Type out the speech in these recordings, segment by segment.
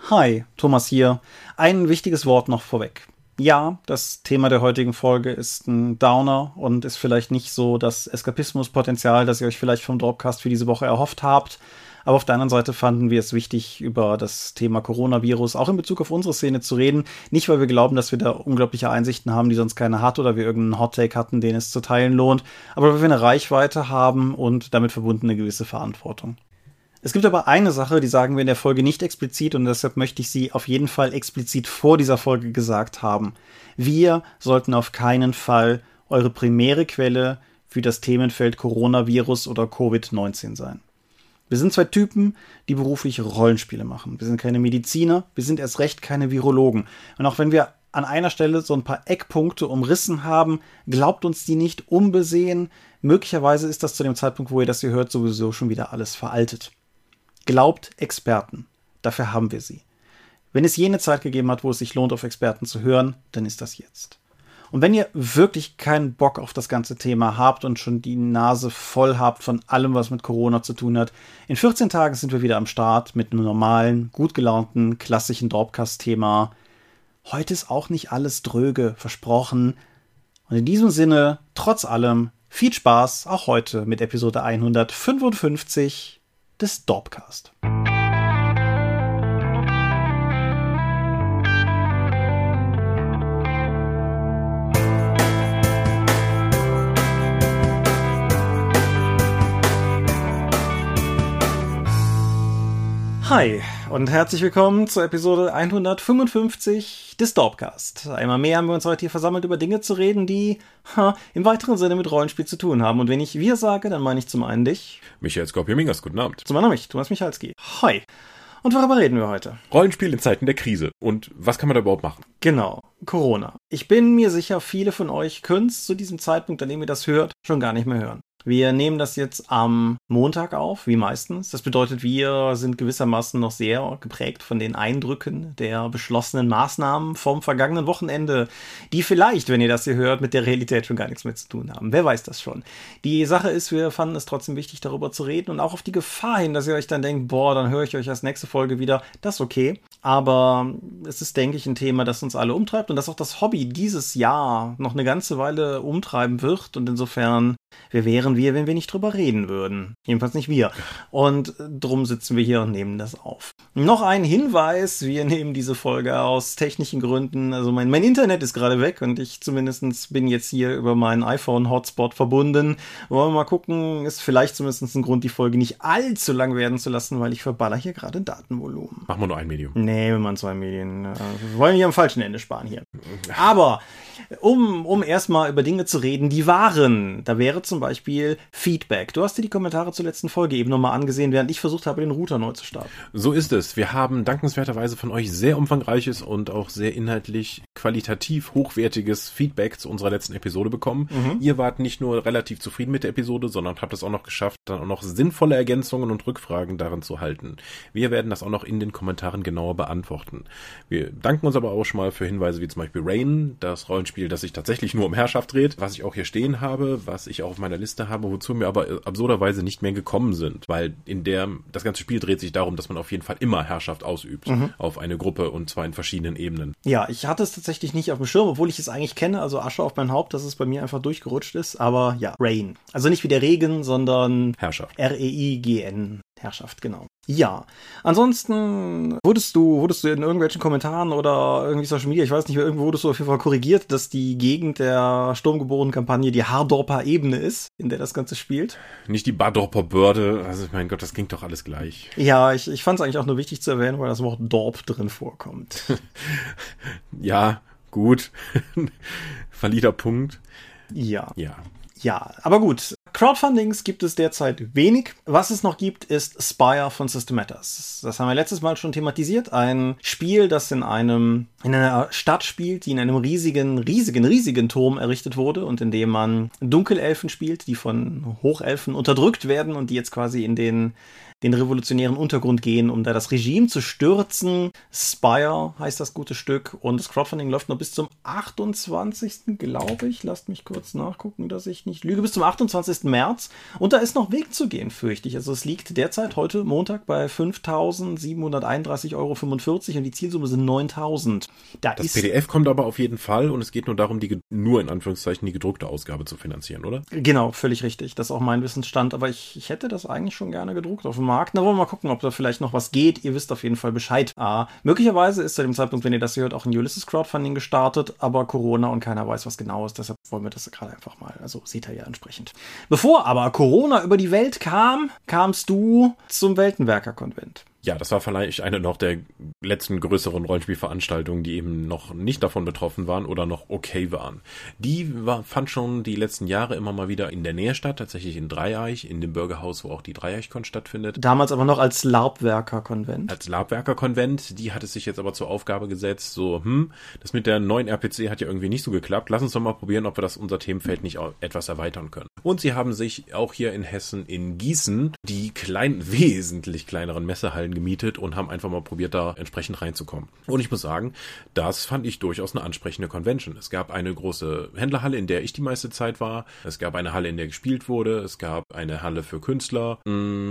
Hi, Thomas hier. Ein wichtiges Wort noch vorweg. Ja, das Thema der heutigen Folge ist ein Downer und ist vielleicht nicht so das Eskapismuspotenzial, das ihr euch vielleicht vom Dropcast für diese Woche erhofft habt. Aber auf der anderen Seite fanden wir es wichtig, über das Thema Coronavirus auch in Bezug auf unsere Szene zu reden. Nicht, weil wir glauben, dass wir da unglaubliche Einsichten haben, die sonst keiner hat, oder wir irgendeinen Hottake hatten, den es zu teilen lohnt, aber weil wir eine Reichweite haben und damit verbunden eine gewisse Verantwortung. Es gibt aber eine Sache, die sagen wir in der Folge nicht explizit, und deshalb möchte ich sie auf jeden Fall explizit vor dieser Folge gesagt haben. Wir sollten auf keinen Fall eure primäre Quelle für das Themenfeld Coronavirus oder Covid-19 sein. Wir sind zwei Typen, die beruflich Rollenspiele machen. Wir sind keine Mediziner, wir sind erst recht keine Virologen. Und auch wenn wir an einer Stelle so ein paar Eckpunkte umrissen haben, glaubt uns die nicht unbesehen. Möglicherweise ist das zu dem Zeitpunkt, wo ihr das hier hört, sowieso schon wieder alles veraltet. Glaubt Experten. Dafür haben wir sie. Wenn es jene Zeit gegeben hat, wo es sich lohnt, auf Experten zu hören, dann ist das jetzt. Und wenn ihr wirklich keinen Bock auf das ganze Thema habt und schon die Nase voll habt von allem, was mit Corona zu tun hat, in 14 Tagen sind wir wieder am Start mit einem normalen, gut gelaunten, klassischen Dropcast-Thema. Heute ist auch nicht alles dröge, versprochen. Und in diesem Sinne, trotz allem, viel Spaß auch heute mit Episode 155 des Dropcast. Hi und herzlich willkommen zur Episode 155 des Dropcast. Einmal mehr haben wir uns heute hier versammelt, über Dinge zu reden, die im weiteren Sinne mit Rollenspiel zu tun haben. Und wenn ich wir sage, dann meine ich zum einen dich. Michael Skorpio-Mingas, guten Abend. Zum anderen mich, Thomas Michalski. Hi. Und worüber reden wir heute? Rollenspiel in Zeiten der Krise. Und was kann man da überhaupt machen? Genau, Corona. Ich bin mir sicher, viele von euch können es zu diesem Zeitpunkt, an dem ihr das hört, schon gar nicht mehr hören. Wir nehmen das jetzt am Montag auf, wie meistens. Das bedeutet, wir sind gewissermaßen noch sehr geprägt von den Eindrücken der beschlossenen Maßnahmen vom vergangenen Wochenende, die vielleicht, wenn ihr das hier hört, mit der Realität schon gar nichts mehr zu tun haben. Wer weiß das schon. Die Sache ist, wir fanden es trotzdem wichtig, darüber zu reden und auch auf die Gefahr hin, dass ihr euch dann denkt, dann höre ich euch als nächste Folge wieder. Das ist okay. Aber es ist, denke ich, ein Thema, das uns alle umtreibt und das auch das Hobby dieses Jahr noch eine ganze Weile umtreiben wird. Und insofern, wer wären wir, wenn wir nicht drüber reden würden? Jedenfalls nicht wir. Und drum sitzen wir hier und nehmen das auf. Noch ein Hinweis, wir nehmen diese Folge aus technischen Gründen. Also mein Internet ist gerade weg und ich zumindest bin jetzt hier über meinen iPhone-Hotspot verbunden. Wollen wir mal gucken, ist vielleicht zumindest ein Grund, die Folge nicht allzu lang werden zu lassen, weil ich verballer hier gerade Datenvolumen. Machen wir nur ein Medium. Nee, wir machen 2 Medien. Wir wollen hier am falschen Ende sparen hier. Aber um erstmal über Dinge zu reden, die waren. Da wäre zum Beispiel Feedback. Du hast dir die Kommentare zur letzten Folge eben nochmal angesehen, während ich versucht habe, den Router neu zu starten. So ist es. Wir haben dankenswerterweise von euch sehr umfangreiches und auch sehr inhaltlich qualitativ hochwertiges Feedback zu unserer letzten Episode bekommen. Ihr wart nicht nur relativ zufrieden mit der Episode, sondern habt es auch noch geschafft, dann auch noch sinnvolle Ergänzungen und Rückfragen darin zu halten. Wir werden das auch noch in den Kommentaren genauer beantworten. Wir danken uns aber auch schon mal für Hinweise wie zum Beispiel Rain, das Rollenspiel, das sich tatsächlich nur um Herrschaft dreht, was ich auch hier stehen habe, was ich auch auf meiner Liste habe, wozu mir aber absurderweise nicht mehr gekommen sind, weil das ganze Spiel dreht sich darum, dass man auf jeden Fall immer Herrschaft ausübt auf eine Gruppe und zwar in verschiedenen Ebenen. Ja, ich hatte es tatsächlich nicht auf dem Schirm, obwohl ich es eigentlich kenne, also Asche auf mein Haupt, dass es bei mir einfach durchgerutscht ist, aber ja, Rain. Also nicht wie der Regen, sondern Herrschaft. R-E-I-G-N. Herrschaft, genau. Ja, ansonsten wurdest du in irgendwelchen Kommentaren oder irgendwie Social Media, ich weiß nicht mehr, irgendwo wurdest du auf jeden Fall korrigiert, dass die Gegend der Sturmgeborenen-Kampagne die Hardorper Ebene ist, in der das Ganze spielt. Nicht die Badorper Börde, also mein Gott, das klingt doch alles gleich. Ja, ich fand es eigentlich auch nur wichtig zu erwähnen, weil das Wort Dorp drin vorkommt. Ja, gut. Valider Punkt. Ja. Ja, aber gut. Crowdfundings gibt es derzeit wenig. Was es noch gibt, ist Spire von System Matters. Das haben wir letztes Mal schon thematisiert. Ein Spiel, das in einer Stadt spielt, die in einem riesigen Turm errichtet wurde und in dem man Dunkelelfen spielt, die von Hochelfen unterdrückt werden und die jetzt quasi in den den revolutionären Untergrund gehen, um da das Regime zu stürzen. Spire heißt das gute Stück und das Crowdfunding läuft noch bis zum 28. glaube ich. Lasst mich kurz nachgucken, dass ich nicht lüge. Bis zum 28. März. Und da ist noch Weg zu gehen, fürchte ich. Also es liegt derzeit heute Montag bei 5.731,45 € und die Zielsumme sind 9.000. Das PDF kommt aber auf jeden Fall und es geht nur darum, nur in Anführungszeichen die gedruckte Ausgabe zu finanzieren, oder? Genau, völlig richtig. Das ist auch mein Wissensstand. Aber ich hätte das eigentlich schon gerne gedruckt auf dem Markt. Na, wollen wir mal gucken, ob da vielleicht noch was geht. Ihr wisst auf jeden Fall Bescheid. Möglicherweise ist zu dem Zeitpunkt, wenn ihr das hier hört, auch ein Ulysses Crowdfunding gestartet, aber Corona und keiner weiß, was genau ist. Deshalb wollen wir das gerade einfach mal. Also seht ihr ja entsprechend. Bevor aber Corona über die Welt kam, kamst du zum Weltenwerker-Konvent. Ja, das war vielleicht eine noch der letzten größeren Rollenspielveranstaltungen, die eben noch nicht davon betroffen waren oder noch okay waren. Die fand schon die letzten Jahre immer mal wieder in der Nähe statt, tatsächlich in Dreieich, in dem Bürgerhaus, wo auch die Dreieich-Con stattfindet. Damals aber noch als Labwerker-Konvent. Als Labwerker-Konvent, die hat es sich jetzt aber zur Aufgabe gesetzt, das mit der neuen RPC hat ja irgendwie nicht so geklappt, lass uns doch mal probieren, ob wir unser Themenfeld nicht etwas erweitern können. Und sie haben sich auch hier in Hessen in Gießen die wesentlich kleineren Messehallen gemietet und haben einfach mal probiert, da entsprechend reinzukommen. Und ich muss sagen, das fand ich durchaus eine ansprechende Convention. Es gab eine große Händlerhalle, in der ich die meiste Zeit war. Es gab eine Halle, in der gespielt wurde. Es gab eine Halle für Künstler.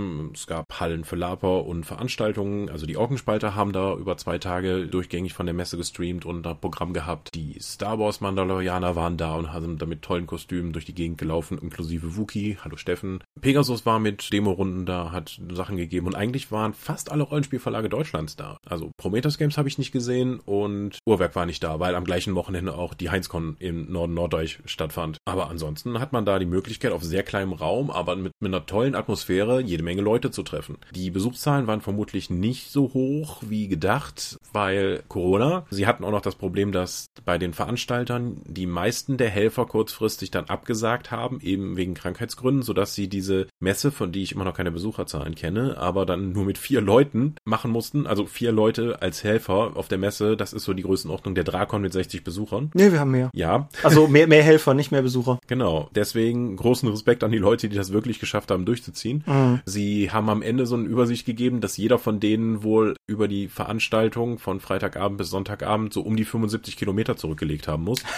Es gab Hallen für Laper und Veranstaltungen. Also die Orkenspalter haben da über 2 Tage durchgängig von der Messe gestreamt und ein Programm gehabt. Die Star Wars Mandalorianer waren da und haben da mit tollen Kostümen durch die Gegend gelaufen, inklusive Wookie. Hallo Steffen. Pegasus war mit Demorunden da, hat Sachen gegeben und eigentlich waren fast alle Rollenspielverlage Deutschlands da. Also Prometheus Games habe ich nicht gesehen und Uhrwerk war nicht da, weil am gleichen Wochenende auch die Heinz-Con im Norden Norddeutsch stattfand. Aber ansonsten hat man da die Möglichkeit, auf sehr kleinem Raum, aber mit einer tollen Atmosphäre jede Menge Leute zu treffen. Die Besuchszahlen waren vermutlich nicht so hoch wie gedacht, weil Corona. Sie hatten auch noch das Problem, dass bei den Veranstaltern die meisten der Helfer kurzfristig dann abgesagt haben, eben wegen Krankheitsgründen, sodass sie diese Messe, von die ich immer noch keine Besucherzahlen kenne, aber dann nur mit 4 Leuten machen mussten, also 4 Leute als Helfer auf der Messe, das ist so die Größenordnung der Drakon mit 60 Besuchern. Nee, wir haben mehr. Ja. Also mehr Helfer, nicht mehr Besucher. Genau, deswegen großen Respekt an die Leute, die das wirklich geschafft haben, durchzuziehen. Mhm. Sie haben am Ende so eine Übersicht gegeben, dass jeder von denen wohl über die Veranstaltung von Freitagabend bis Sonntagabend so um die 75 Kilometer zurückgelegt haben muss.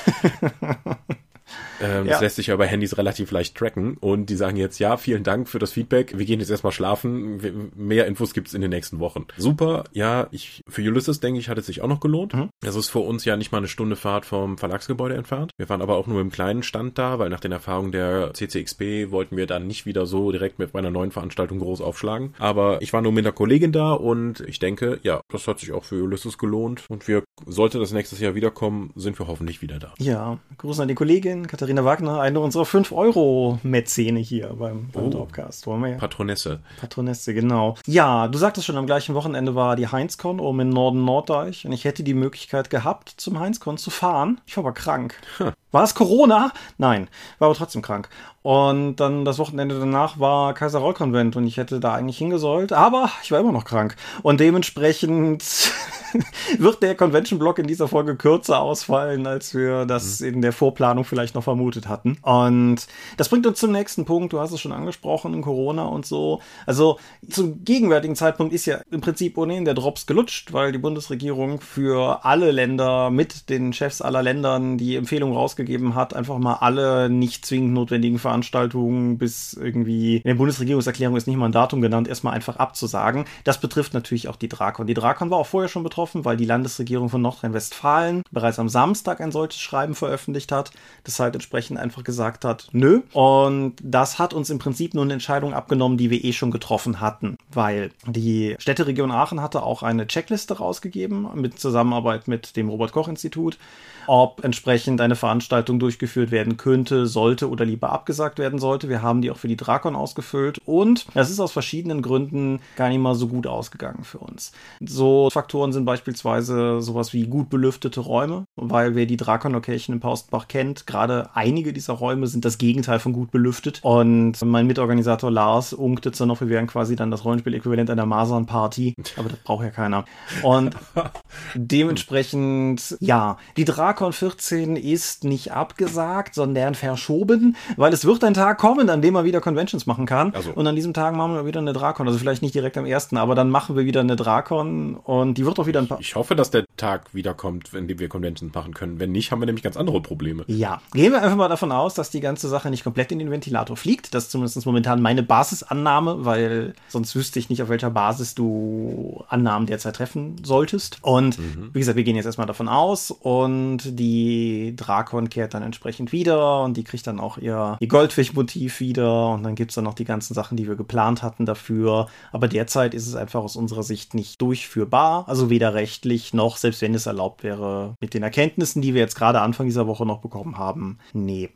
Das lässt sich ja bei Handys relativ leicht tracken und die sagen jetzt, ja, vielen Dank für das Feedback, wir gehen jetzt erstmal schlafen, mehr Infos gibt's in den nächsten Wochen. Super, ja, für Ulysses, denke ich, hat es sich auch noch gelohnt. Das ist für uns ja nicht mal eine Stunde Fahrt vom Verlagsgebäude entfernt. Wir waren aber auch nur im kleinen Stand da, weil nach den Erfahrungen der CCXP wollten wir dann nicht wieder so direkt mit einer neuen Veranstaltung groß aufschlagen. Aber ich war nur mit einer Kollegin da und ich denke, ja, das hat sich auch für Ulysses gelohnt und sollte das nächstes Jahr wiederkommen, sind wir hoffentlich wieder da. Ja, Gruß an die Kollegin Katharina Wagner, eine unserer 5-Euro-Mäzene hier beim Dropcast. Wollen wir ja. Patronesse, genau. Ja, du sagtest schon, am gleichen Wochenende war die Heinz-Con oben in Norden Norddeich und ich hätte die Möglichkeit gehabt, zum Heinz-Con zu fahren. Ich war aber krank. War es Corona? Nein, war aber trotzdem krank. Und dann das Wochenende danach war Kaiser-Roll-Konvent und ich hätte da eigentlich hingesollt, aber ich war immer noch krank. Und dementsprechend wird der Convention-Block in dieser Folge kürzer ausfallen, als wir das in der Vorplanung vielleicht noch vermutet hatten. Und das bringt uns zum nächsten Punkt. Du hast es schon angesprochen, Corona und so. Also zum gegenwärtigen Zeitpunkt ist ja im Prinzip ohnehin der Drops gelutscht, weil die Bundesregierung für alle Länder mit den Chefs aller Ländern die Empfehlung rausgegeben hat, einfach mal alle nicht zwingend notwendigen Veranstaltungen bis irgendwie, in der Bundesregierungserklärung ist nicht mal ein Datum genannt, erstmal einfach abzusagen. Das betrifft natürlich auch die Drakon. Die Drakon war auch vorher schon betroffen, weil die Landesregierung von Nordrhein-Westfalen bereits am Samstag ein solches Schreiben veröffentlicht hat, das halt entsprechend einfach gesagt hat, nö. Und das hat uns im Prinzip nur eine Entscheidung abgenommen, die wir schon getroffen hatten, weil die Städteregion Aachen hatte auch eine Checkliste rausgegeben, mit Zusammenarbeit mit dem Robert-Koch-Institut, ob entsprechend eine Veranstaltung durchgeführt werden könnte, sollte oder lieber abgesagt werden sollte. Wir haben die auch für die Drakon ausgefüllt und das ist aus verschiedenen Gründen gar nicht mal so gut ausgegangen für uns. So Faktoren sind beispielsweise sowas wie gut belüftete Räume, weil wer die Drakon-Location in Paustenbach kennt, gerade einige dieser Räume sind das Gegenteil von gut belüftet. Und mein Mitorganisator Lars unkt jetzt noch, wir wären quasi dann das Rollenspiel-Äquivalent einer Masern-Party, aber das braucht ja keiner. Und dementsprechend, ja, die Drakon 14 ist nicht abgesagt, sondern verschoben, weil es wird ein Tag kommen, an dem man wieder Conventions machen kann. Also. Und an diesem Tag machen wir wieder eine Drakon. Also vielleicht nicht direkt am 1., aber dann machen wir wieder eine Drakon und die wird auch wieder ein paar... Ich hoffe, dass der Tag wiederkommt, in dem wir Conventions machen können. Wenn nicht, haben wir nämlich ganz andere Probleme. Ja, gehen wir einfach mal davon aus, dass die ganze Sache nicht komplett in den Ventilator fliegt. Das ist zumindest momentan meine Basisannahme, weil sonst wüsste ich nicht, auf welcher Basis du Annahmen derzeit treffen solltest. Und wie gesagt, wir gehen jetzt erstmal davon aus und die Drakon kehrt dann entsprechend wieder und die kriegt dann auch ihr Goldfisch-Motiv wieder und dann gibt's dann noch die ganzen Sachen, die wir geplant hatten dafür. Aber derzeit ist es einfach aus unserer Sicht nicht durchführbar, also weder rechtlich noch, selbst wenn es erlaubt wäre, mit den Erkenntnissen, die wir jetzt gerade Anfang dieser Woche noch bekommen haben. Nee,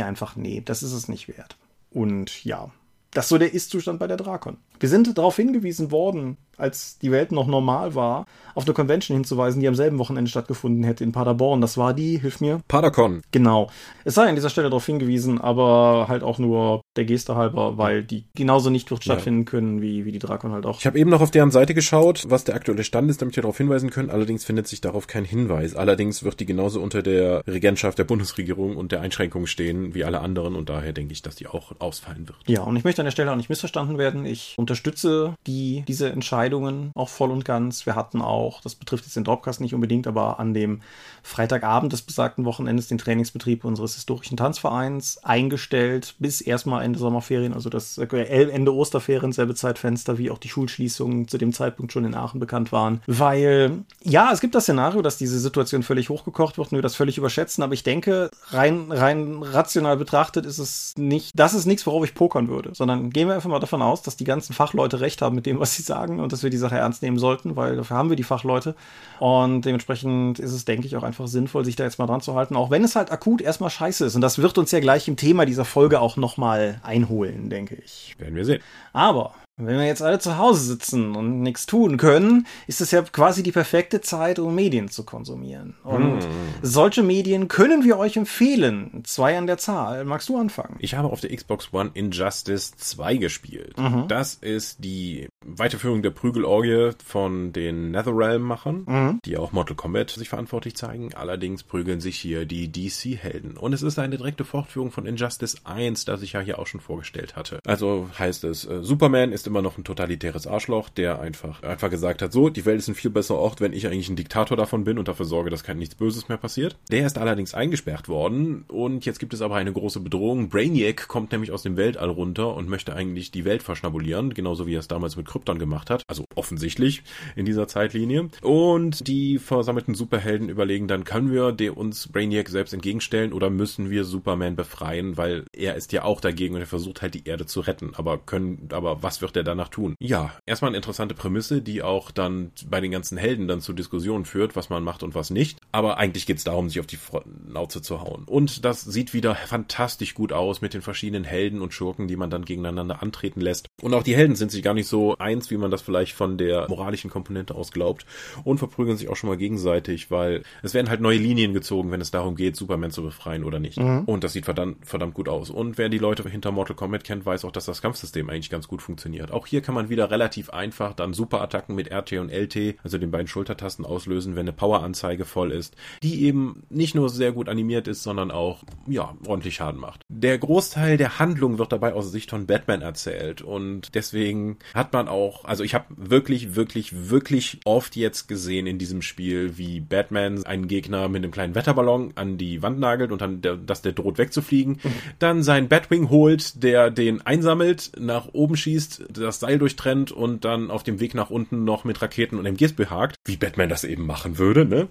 das ist es nicht wert. Und ja, das ist so der Ist-Zustand bei der Drakon. Wir sind darauf hingewiesen worden, als die Welt noch normal war, auf eine Convention hinzuweisen, die am selben Wochenende stattgefunden hätte in Paderborn. Das war die, hilf mir. Padercon. Genau. Es sei an dieser Stelle darauf hingewiesen, aber halt auch nur der Geste halber, weil die genauso nicht wird stattfinden können, wie die Drakon halt auch. Ich habe eben noch auf deren Seite geschaut, was der aktuelle Stand ist, damit wir darauf hinweisen können. Allerdings findet sich darauf kein Hinweis. Allerdings wird die genauso unter der Regentschaft der Bundesregierung und der Einschränkung stehen wie alle anderen und daher denke ich, dass die auch ausfallen wird. Ja, und ich möchte an der Stelle auch nicht missverstanden werden. Ich unterstütze diese Entscheidungen auch voll und ganz. Wir hatten auch, das betrifft jetzt den Dropcast nicht unbedingt, aber an dem Freitagabend des besagten Wochenendes den Trainingsbetrieb unseres historischen Tanzvereins eingestellt, bis erstmal Ende Sommerferien, also das Ende Osterferien, selbe Zeitfenster, wie auch die Schulschließungen zu dem Zeitpunkt schon in Aachen bekannt waren. Weil, ja, es gibt das Szenario, dass diese Situation völlig hochgekocht wird und wir das völlig überschätzen, aber ich denke, rein rational betrachtet ist es nicht, das ist nichts, worauf ich pokern würde, sondern gehen wir einfach mal davon aus, dass die ganzen Fachleute recht haben mit dem, was sie sagen und dass wir die Sache ernst nehmen sollten, weil dafür haben wir die Fachleute und dementsprechend ist es, denke ich, auch einfach sinnvoll, sich da jetzt mal dran zu halten, auch wenn es halt akut erstmal scheiße ist und das wird uns ja gleich im Thema dieser Folge auch nochmal einholen, denke ich. Werden wir sehen. Aber wenn wir jetzt alle zu Hause sitzen und nichts tun können, ist es ja quasi die perfekte Zeit, um Medien zu konsumieren. Und solche Medien können wir euch empfehlen. 2 an der Zahl. Magst du anfangen? Ich habe auf der Xbox One Injustice 2 gespielt. Das ist die Weiterführung der Prügelorgie von den NetherRealm-Machern, die auch Mortal Kombat sich verantwortlich zeigen. Allerdings prügeln sich hier die DC-Helden. Und es ist eine direkte Fortführung von Injustice 1, das ich ja hier auch schon vorgestellt hatte. Also heißt es, Superman ist immer noch ein totalitäres Arschloch, der einfach gesagt hat, so, die Welt ist ein viel besserer Ort, wenn ich eigentlich ein Diktator davon bin und dafür sorge, dass nichts Böses mehr passiert. Der ist allerdings eingesperrt worden und jetzt gibt es aber eine große Bedrohung. Brainiac kommt nämlich aus dem Weltall runter und möchte eigentlich die Welt verschnabulieren, genauso wie er es damals mit Krypton gemacht hat, also offensichtlich in dieser Zeitlinie. Und die versammelten Superhelden überlegen dann, können wir uns Brainiac selbst entgegenstellen oder müssen wir Superman befreien, weil er ist ja auch dagegen und er versucht halt die Erde zu retten, aber was wird er danach tun? Ja, erstmal eine interessante Prämisse, die auch dann bei den ganzen Helden dann zu Diskussionen führt, was man macht und was nicht. Aber eigentlich geht es darum, sich auf die Schnauze zu hauen. Und das sieht wieder fantastisch gut aus mit den verschiedenen Helden und Schurken, die man dann gegeneinander antreten lässt. Und auch die Helden sind sich gar nicht so eins, wie man das vielleicht von der moralischen Komponente aus glaubt und verprügeln sich auch schon mal gegenseitig, weil es werden halt neue Linien gezogen, wenn es darum geht, Superman zu befreien oder nicht. Und das sieht verdammt gut aus. Und wer die Leute hinter Mortal Kombat kennt, weiß auch, dass das Kampfsystem eigentlich ganz gut funktioniert. Auch hier kann man wieder relativ einfach dann Superattacken mit RT und LT, also den beiden Schultertasten, auslösen, wenn eine Poweranzeige voll ist, die eben nicht nur sehr gut animiert ist, sondern auch, ja, ordentlich Schaden macht. Der Großteil der Handlung wird dabei aus Sicht von Batman erzählt und deswegen hat man auch, also ich habe wirklich, wirklich, wirklich oft jetzt gesehen in diesem Spiel, wie Batman einen Gegner mit einem kleinen Wetterballon an die Wand nagelt und dann, dass der droht wegzufliegen, dann seinen Batwing holt, der den einsammelt, nach oben schießt, das Seil durchtrennt und dann auf dem Weg nach unten noch mit Raketen und MGs behagt, wie Batman das eben machen würde, ne?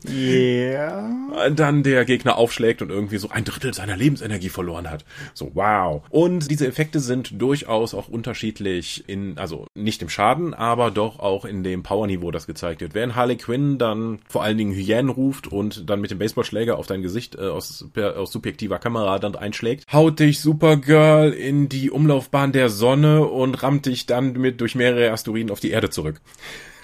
Yeah. Dann der Gegner aufschlägt und irgendwie so 1/3 seiner Lebensenergie verloren hat. So, wow. Und diese Effekte sind durchaus auch unterschiedlich also nicht im Schaden, aber doch auch in dem Powerniveau, das gezeigt wird. Wenn Harley Quinn dann vor allen Dingen Hyänen ruft und dann mit dem Baseballschläger auf dein Gesicht aus subjektiver Kamera dann einschlägt, haut dich Supergirl in die Umlaufbahn der Sonne und rammt dich dann durch mehrere Asteroiden auf die Erde zurück.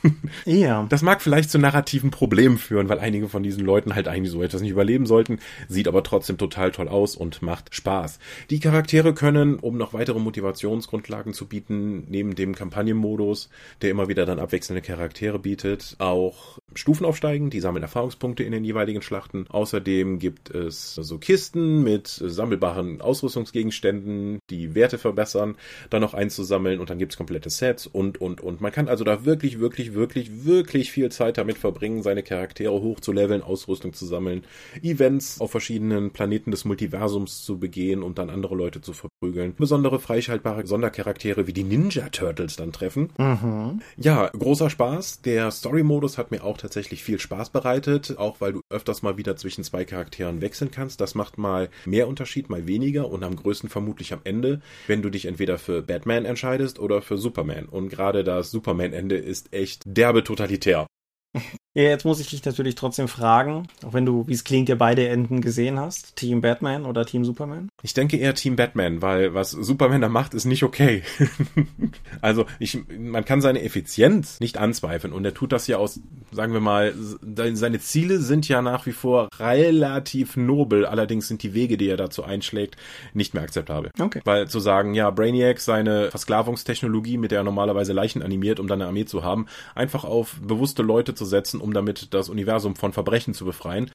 Ja. Das mag vielleicht zu narrativen Problemen führen, weil einige von diesen Leuten halt eigentlich so etwas nicht überleben sollten, sieht aber trotzdem total toll aus und macht Spaß. Die Charaktere können, um noch weitere Motivationsgrundlagen zu bieten, neben dem Kampagnenmodus, der immer wieder dann abwechselnde Charaktere bietet, auch Stufen aufsteigen, die sammeln Erfahrungspunkte in den jeweiligen Schlachten. Außerdem gibt es so Kisten mit sammelbaren Ausrüstungsgegenständen, die Werte verbessern, dann noch einzusammeln und dann gibt's komplette Sets und. Man kann also da wirklich viel Zeit damit verbringen, seine Charaktere hochzuleveln, Ausrüstung zu sammeln, Events auf verschiedenen Planeten des Multiversums zu begehen und dann andere Leute zu verprügeln. Besondere freischaltbare Sondercharaktere wie die Ninja Turtles dann treffen. Mhm. Ja, großer Spaß. Der Story-Modus hat mir auch tatsächlich viel Spaß bereitet, auch weil du öfters mal wieder zwischen zwei Charakteren wechseln kannst. Das macht mal mehr Unterschied, mal weniger und am größten vermutlich am Ende, wenn du dich entweder für Batman entscheidest oder für Superman. Und gerade das Superman-Ende ist echt derbe totalitär. Ja, jetzt muss ich dich natürlich trotzdem fragen, auch wenn du, wie es klingt, ja beide Enden gesehen hast. Team Batman oder Team Superman? Ich denke eher Team Batman, weil was Superman da macht, ist nicht okay. Also man kann seine Effizienz nicht anzweifeln und er tut das ja aus, sagen wir mal, seine Ziele sind ja nach wie vor relativ nobel, allerdings sind die Wege, die er dazu einschlägt, nicht mehr akzeptabel. Okay. Weil zu sagen, ja, Brainiac, seine Versklavungstechnologie, mit der er normalerweise Leichen animiert, um dann eine Armee zu haben, einfach auf bewusste Leute zu setzen, um damit das Universum von Verbrechen zu befreien.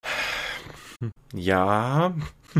Ja.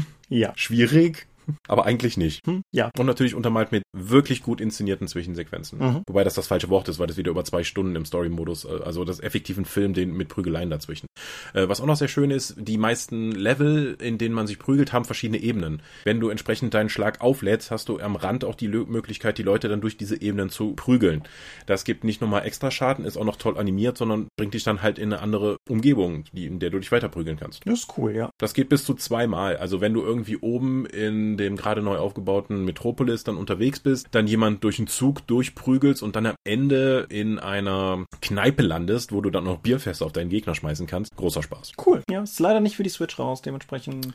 Schwierig. Aber eigentlich nicht. Ja. Und natürlich untermalt mit wirklich gut inszenierten Zwischensequenzen. Mhm. Wobei das falsche Wort ist, weil das wieder über 2 Stunden im Story-Modus, also das effektiven Film, den mit Prügeleien dazwischen. Was auch noch sehr schön ist, die meisten Level, in denen man sich prügelt, haben verschiedene Ebenen. Wenn du entsprechend deinen Schlag auflädst, hast du am Rand auch die Möglichkeit, die Leute dann durch diese Ebenen zu prügeln. Das gibt nicht nur mal extra Schaden, ist auch noch toll animiert, sondern bringt dich dann halt in eine andere Umgebung, in der du dich weiter prügeln kannst. Das ist cool, ja. Das geht bis zu 2-mal. Also wenn du irgendwie oben in dem gerade neu aufgebauten Metropolis dann unterwegs bist, dann jemand durch einen Zug durchprügelst und dann am Ende in einer Kneipe landest, wo du dann noch Bierfässer auf deinen Gegner schmeißen kannst. Großer Spaß. Cool. Ja, ist leider nicht für die Switch raus, dementsprechend,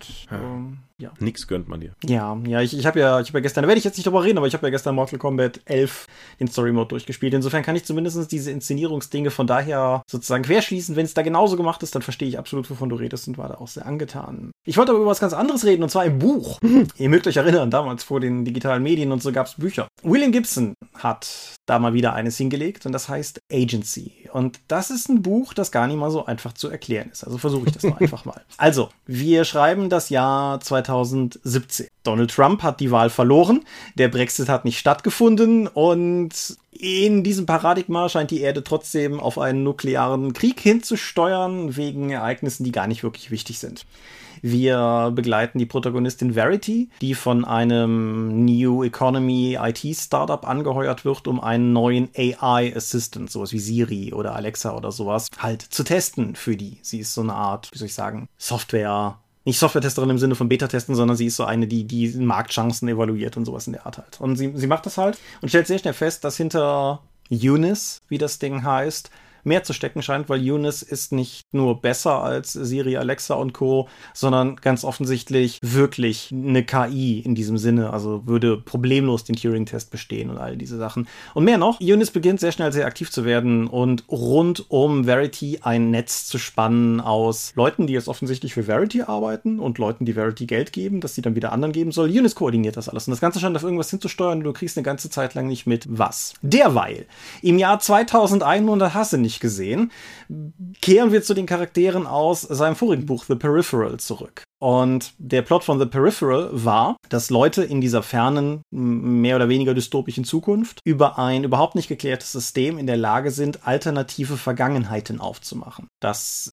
ja. Nix gönnt man dir. Ja, ich habe ja gestern, da werde ich jetzt nicht drüber reden, aber ich habe ja gestern Mortal Kombat 11 den Story-Mode durchgespielt. Insofern kann ich zumindest diese Inszenierungsdinge von daher sozusagen querschließen. Wenn es da genauso gemacht ist, dann verstehe ich absolut, wovon du redest und war da auch sehr angetan. Ich wollte aber über was ganz anderes reden, und zwar im Buch. Ihr mögt euch erinnern, damals vor den digitalen Medien und so gab es Bücher. William Gibson hat da mal wieder eines hingelegt und das heißt Agency. Und das ist ein Buch, das gar nicht mal so einfach zu erklären ist. Also versuche ich das mal einfach mal. Also, wir schreiben das Jahr 2017. Donald Trump hat die Wahl verloren, der Brexit hat nicht stattgefunden und in diesem Paradigma scheint die Erde trotzdem auf einen nuklearen Krieg hinzusteuern, wegen Ereignissen, die gar nicht wirklich wichtig sind. Wir begleiten die Protagonistin Verity, die von einem New Economy IT-Startup angeheuert wird, um einen neuen AI-Assistant, sowas wie Siri oder Alexa oder sowas, halt zu testen für die. Sie ist so eine Art, wie soll ich sagen, nicht Software-Testerin im Sinne von Beta-Testen, sondern sie ist so eine, die Marktchancen evaluiert und sowas in der Art halt. Und sie macht das halt und stellt sehr schnell fest, dass hinter Eunice, wie das Ding heißt, mehr zu stecken scheint, weil Eunice ist nicht nur besser als Siri, Alexa und Co., sondern ganz offensichtlich wirklich eine KI in diesem Sinne, also würde problemlos den Turing-Test bestehen und all diese Sachen. Und mehr noch, Eunice beginnt sehr schnell sehr aktiv zu werden und rund um Verity ein Netz zu spannen aus Leuten, die jetzt offensichtlich für Verity arbeiten und Leuten, die Verity Geld geben, dass sie dann wieder anderen geben soll. Eunice koordiniert das alles und das Ganze scheint auf irgendwas hinzusteuern und du kriegst eine ganze Zeit lang nicht mit, was. Derweil, im Jahr 2100 hast du nicht gesehen, kehren wir zu den Charakteren aus seinem vorigen Buch The Peripheral zurück. Und der Plot von The Peripheral war, dass Leute in dieser fernen, mehr oder weniger dystopischen Zukunft über ein überhaupt nicht geklärtes System in der Lage sind, alternative Vergangenheiten aufzumachen. Das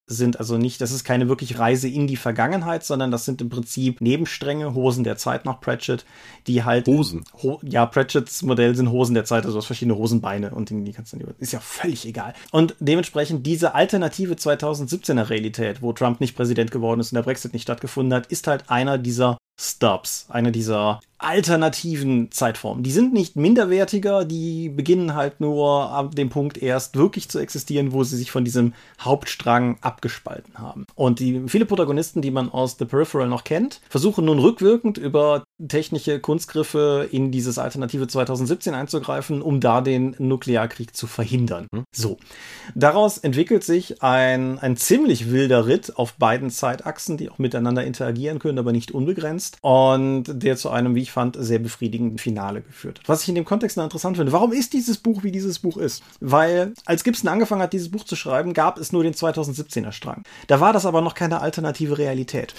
ist keine wirklich Reise in die Vergangenheit, sondern das sind im Prinzip Nebenstränge, Hosen der Zeit nach Pratchett, die halt... Hosen? Pratchetts Modell sind Hosen der Zeit, also hast verschiedene Hosenbeine und die kannst du dann... Ist ja völlig egal. Und dementsprechend diese alternative 2017er Realität, wo Trump nicht Präsident geworden ist und der Brexit nicht stattgefunden hat, ist halt einer dieser Stops, einer dieser alternativen Zeitformen. Die sind nicht minderwertiger, die beginnen halt nur ab dem Punkt erst wirklich zu existieren, wo sie sich von diesem Hauptstrang abgespalten haben. Und viele Protagonisten, die man aus The Peripheral noch kennt, versuchen nun rückwirkend über technische Kunstgriffe in dieses alternative 2017 einzugreifen, um da den Nuklearkrieg zu verhindern. So. Daraus entwickelt sich ein ziemlich wilder Ritt auf beiden Zeitachsen, die auch miteinander interagieren können, aber nicht unbegrenzt. Und der zu einem, wie ich fand, sehr befriedigenden Finale geführt hat. Was ich in dem Kontext noch interessant finde, warum ist dieses Buch, wie dieses Buch ist? Weil, als Gibson angefangen hat, dieses Buch zu schreiben, gab es nur den 2017er Strang. Da war das aber noch keine alternative Realität.